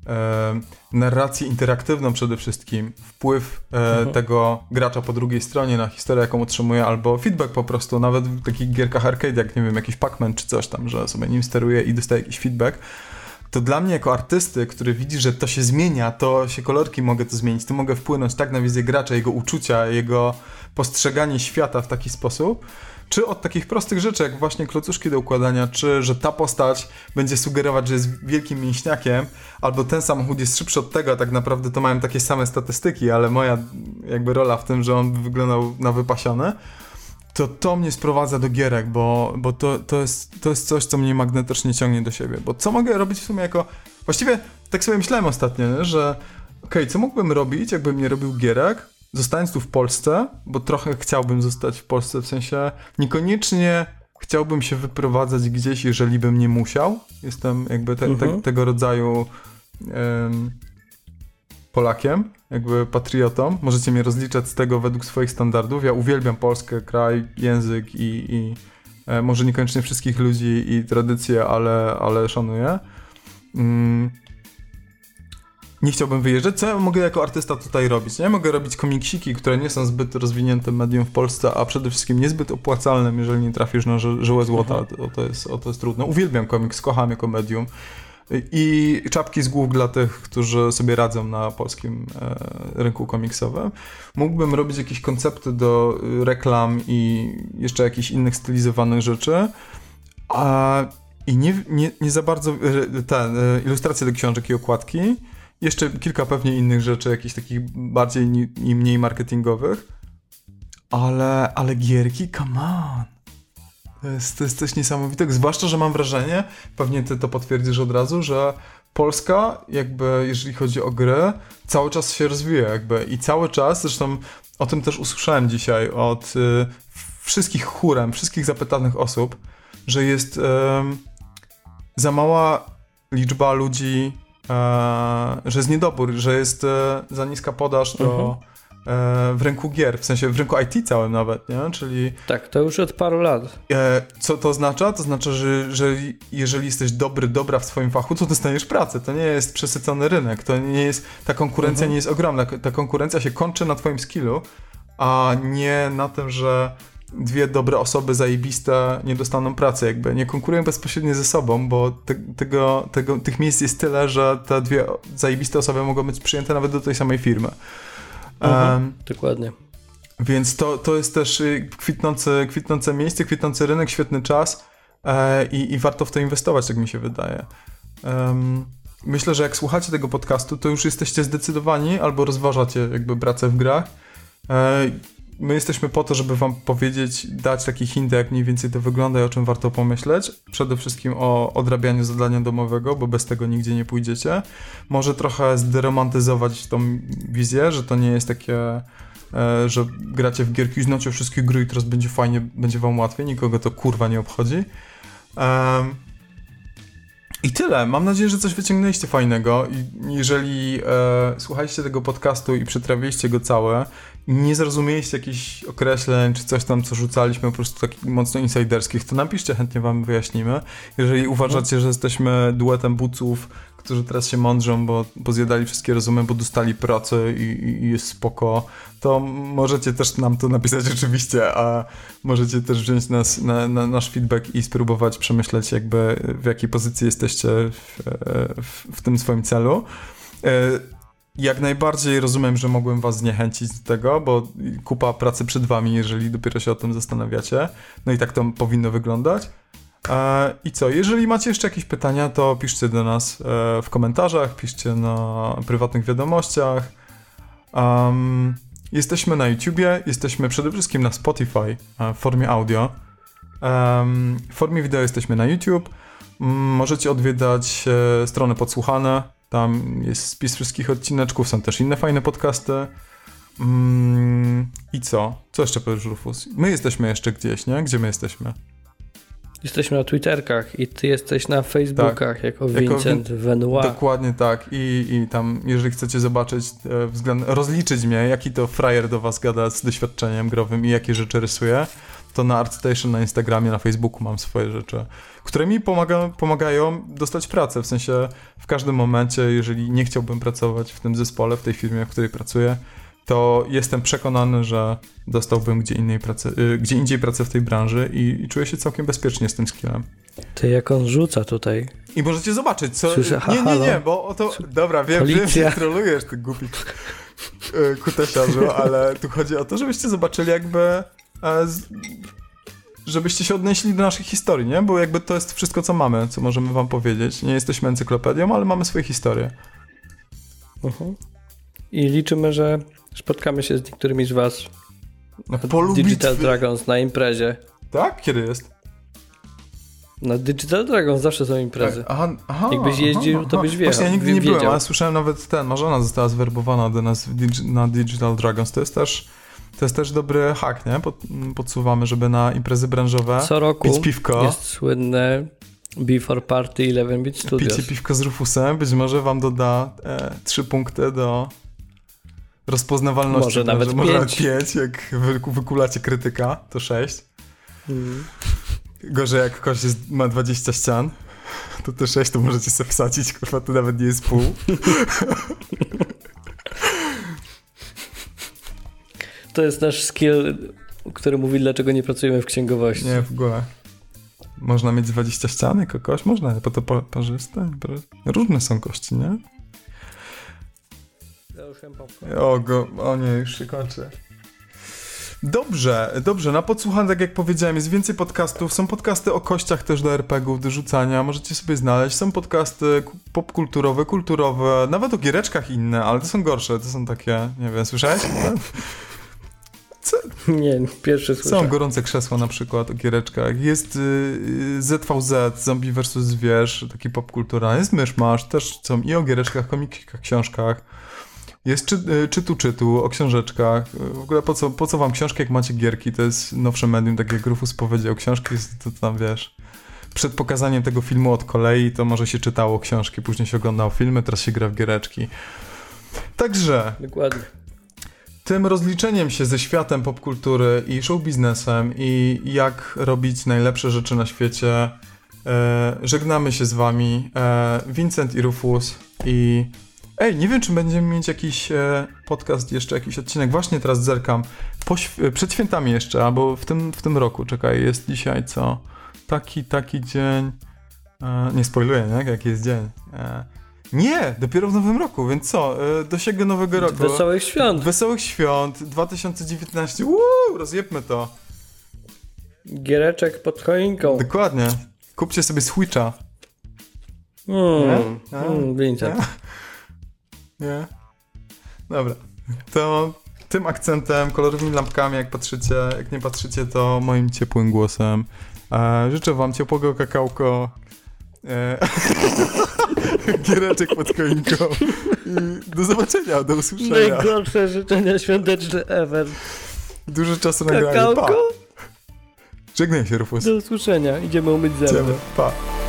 e, narrację interaktywną przede wszystkim, wpływ e, mhm. tego gracza po drugiej stronie na historię, jaką otrzymuje, albo feedback po prostu, nawet w takich gierkach arcade, jak nie wiem, jakiś Pac-Man czy coś tam, że sobie nim steruje i dostaje jakiś feedback, to dla mnie jako artysty, który widzi, że to się zmienia, to się kolorki mogę to zmienić, to mogę wpłynąć tak na wizję gracza, jego uczucia, jego postrzeganie świata w taki sposób, czy od takich prostych rzeczy, jak właśnie klocuszki do układania, czy że ta postać będzie sugerować, że jest wielkim mięśniakiem, albo ten samochód jest szybszy od tego, a tak naprawdę to mają takie same statystyki, ale moja jakby rola w tym, że on wyglądał na wypasiony, to to mnie sprowadza do gierek, bo, bo to, to, jest, to jest coś, co mnie magnetycznie ciągnie do siebie. Bo co mogę robić w sumie jako... Właściwie tak sobie myślałem ostatnio, nie? Że okej, okay, co mógłbym robić, jakbym nie robił gierek, zostając tu w Polsce, bo trochę chciałbym zostać w Polsce, w sensie niekoniecznie chciałbym się wyprowadzać gdzieś, jeżeli bym nie musiał. Jestem jakby te, te, tego rodzaju um, Polakiem, jakby patriotą. Możecie mnie rozliczać z tego według swoich standardów. Ja uwielbiam Polskę, kraj, język i, i e, może niekoniecznie wszystkich ludzi i tradycje, ale, ale szanuję. Mm. Nie chciałbym wyjeżdżać. Co ja mogę jako artysta tutaj robić? Nie mogę robić komiksiki, które nie są zbyt rozwiniętym medium w Polsce, a przede wszystkim niezbyt opłacalnym, jeżeli nie trafisz na ży- żyłę złota. Mhm. O, to jest, o, to jest trudne. Uwielbiam komiks, kocham jako medium. I czapki z głów dla tych, którzy sobie radzą na polskim e, rynku komiksowym. Mógłbym robić jakieś koncepty do reklam i jeszcze jakichś innych stylizowanych rzeczy. A, I nie, nie, nie za bardzo te ilustracje do książek i okładki. Jeszcze kilka pewnie innych rzeczy, jakichś takich bardziej i mniej marketingowych. Ale, ale gierki, come on. To jest, to jest coś niesamowitego, zwłaszcza, że mam wrażenie, pewnie ty to potwierdzisz od razu, że Polska, jakby jeżeli chodzi o gry, cały czas się rozwija jakby i cały czas, zresztą o tym też usłyszałem dzisiaj od y, wszystkich chórem, wszystkich zapytanych osób, że jest y, za mała liczba ludzi, y, że jest niedobór, że jest y, za niska podaż do... Mhm. w rynku gier, w sensie w rynku I T całym nawet, nie? Czyli...
Tak, to już od paru lat.
Co to oznacza? To znaczy, że, że jeżeli jesteś dobry, dobra w swoim fachu, to dostaniesz pracę. To nie jest przesycony rynek, to nie jest, ta konkurencja mhm. nie jest ogromna. Ta konkurencja się kończy na twoim skillu, a nie na tym, że dwie dobre osoby zajebiste nie dostaną pracy, jakby nie konkurują bezpośrednio ze sobą, bo te, tego, tego, tych miejsc jest tyle, że te dwie zajebiste osoby mogą być przyjęte nawet do tej samej firmy.
Mhm, um, dokładnie.
Więc to, to jest też kwitnące, kwitnące miejsce, kwitnący rynek, świetny czas e, i, i warto w to inwestować, jak mi się wydaje. Um, myślę, że jak słuchacie tego podcastu, to już jesteście zdecydowani albo rozważacie jakby pracę w grach. E, my jesteśmy po to, żeby wam powiedzieć, dać taki hint, jak mniej więcej to wygląda i o czym warto pomyśleć. Przede wszystkim o odrabianiu zadania domowego, bo bez tego nigdzie nie pójdziecie. Może trochę zderomantyzować tą wizję, że to nie jest takie, e, że gracie w gierki, znacie wszystkie gry i teraz będzie fajnie, będzie wam łatwiej, nikogo to kurwa nie obchodzi. E, I tyle. Mam nadzieję, że coś wyciągnęliście fajnego i jeżeli e, słuchaliście tego podcastu i przetrawiliście go całe, nie zrozumieliście jakichś określeń czy coś tam, co rzucaliśmy po prostu takich mocno insiderskich, to napiszcie, chętnie wam wyjaśnimy. Jeżeli uważacie, że jesteśmy duetem buców, którzy teraz się mądrzą, bo, bo zjadali wszystkie rozumy, bo dostali pracę i, i jest spoko, to możecie też nam to napisać oczywiście, a możecie też wziąć nas, na, na nasz feedback i spróbować przemyśleć jakby w jakiej pozycji jesteście w, w, w tym swoim celu. Jak najbardziej rozumiem, że mogłem was zniechęcić do tego, bo kupa pracy przed wami, jeżeli dopiero się o tym zastanawiacie. No i tak to powinno wyglądać. E, I co? Jeżeli macie jeszcze jakieś pytania, to piszcie do nas e, w komentarzach, piszcie na prywatnych wiadomościach. Um, jesteśmy na YouTubie, jesteśmy przede wszystkim na Spotify e, w formie audio. Um, w formie wideo jesteśmy na YouTube. Um, możecie odwiedzać e, strony Podsłuchane. Tam jest spis wszystkich odcineczków, są też inne fajne podcasty. Mm, I co? Co jeszcze powiesz, Rufus? My jesteśmy jeszcze gdzieś, nie? Gdzie my jesteśmy?
Jesteśmy na Twitterkach i ty jesteś na Facebookach tak, jako Vincent jako, Venua.
Dokładnie tak. I, I tam, jeżeli chcecie zobaczyć, e, względ, rozliczyć mnie, jaki to frajer do was gada z doświadczeniem growym i jakie rzeczy rysuje, to na ArtStation, na Instagramie, na Facebooku mam swoje rzeczy, które mi pomaga, pomagają dostać pracę, w sensie w każdym momencie, jeżeli nie chciałbym pracować w tym zespole, w tej firmie, w której pracuję, to jestem przekonany, że dostałbym gdzie, innej pracy, yy, gdzie indziej pracę w tej branży i, i czuję się całkiem bezpiecznie z tym skillem.
Ty, jak on rzuca tutaj.
I możecie zobaczyć, co...
Słyszę, ha,
nie, nie,
halo.
nie, bo o to... Dobra, wiem, wiem, że trolujesz, ty głupi yy, kutesiarzu, ale tu chodzi o to, żebyście zobaczyli jakby... E, z, żebyście się odnieśli do naszych historii, nie? Bo jakby to jest wszystko, co mamy, co możemy wam powiedzieć. Nie jesteśmy encyklopedią, ale mamy swoje historie.
Uh-huh. I liczymy, że spotkamy się z niektórymi z was
Na
na
polu
Digital
bitwy.
Dragons na imprezie.
Tak? Kiedy jest?
Na Digital Dragons zawsze są imprezy.
Aha, aha,
Jakbyś jeździł,
aha,
to
aha.
byś wiedział.
Właśnie ja nigdy nie
wiedział.
byłem, ale słyszałem nawet ten, Marzena została zwerbowana do nas w digi- na Digital Dragons. To jest też, to jest też dobry hack, nie? Pod, podsuwamy, żeby na imprezy branżowe
Co roku
pić piwko.
jest słynne Before Party eleven bit Studios.
Picie piwko z Rufusem, być może wam doda e, trzy punkty do rozpoznawalności.
Może nawet
może, może
pięć.
nawet pięć, jak wy, wykulacie krytyka, to sześć.
Mm.
Gorzej jak ktoś jest, ma dwadzieścia ścian, to te sześć to możecie sobie wsadzić, kurwa, to nawet nie jest pół.
To jest nasz skill, który mówi, dlaczego nie pracujemy w księgowości.
Nie, w ogóle. Można mieć dwadzieścia ścian jako kość? Można, bo to pa- parzyste. Różne są kości, nie?
Ja już jem popcorn.
O, go, o nie, już się kończy. Dobrze, dobrze. Na podsłuchaniu, tak jak powiedziałem, jest więcej podcastów. Są podcasty o kościach też do er pe gie ów, do rzucania. Możecie sobie znaleźć. Są podcasty popkulturowe, kulturowe, nawet o giereczkach inne, ale to są gorsze. To są takie, nie wiem, słyszałeś? Co?
Nie, pierwszy słyszę.
Są gorące krzesła na przykład o giereczkach. Jest y, zet we zet, Zombie versus. Zwierz, taki popkultura. Jest Myszmasz, też są i o giereczkach, komikach, książkach. Jest czy, y, czytu czytu, o książeczkach. W ogóle po co, po co wam książki, jak macie gierki? To jest nowsze medium, tak jak Rufus powiedział. Książki, to tam wiesz... Przed pokazaniem tego filmu od kolei, to może się czytało książki, później się oglądało filmy, teraz się gra w giereczki. Także...
Dokładnie.
Tym rozliczeniem się ze światem popkultury i show biznesem i jak robić najlepsze rzeczy na świecie e, żegnamy się z wami e, Vincent i Rufus i ej, nie wiem, czy będziemy mieć jakiś e, podcast, jeszcze jakiś odcinek, właśnie teraz zerkam po, przed świętami jeszcze, albo w tym, w tym roku, czekaj, jest dzisiaj co? Taki, taki dzień e, nie spoiluję, nie? Jaki jest dzień e, Nie, dopiero w nowym roku, więc co? Do siebie nowego roku.
Wesołych świąt.
Wesołych świąt, dwa tysiące dziewiętnaście. Uuu, rozjebmy to.
Giereczek pod choinką.
Dokładnie. Kupcie sobie Switcha.
Mm,
Nie?
mm, Vincent.
Nie? Nie? Dobra. To tym akcentem, kolorowymi lampkami, jak patrzycie, jak nie patrzycie, to moim ciepłym głosem. E, życzę wam ciepłego kakałko. E, Giereczek pod choinką. I do zobaczenia, do usłyszenia.
Najgorsze życzenia świąteczne ever.
Dużo czasu nagrania. Pa.
Kakałko?
Żegnaj się, Rufus.
Do usłyszenia. Idziemy umyć zęby.
Idziemy. Pa.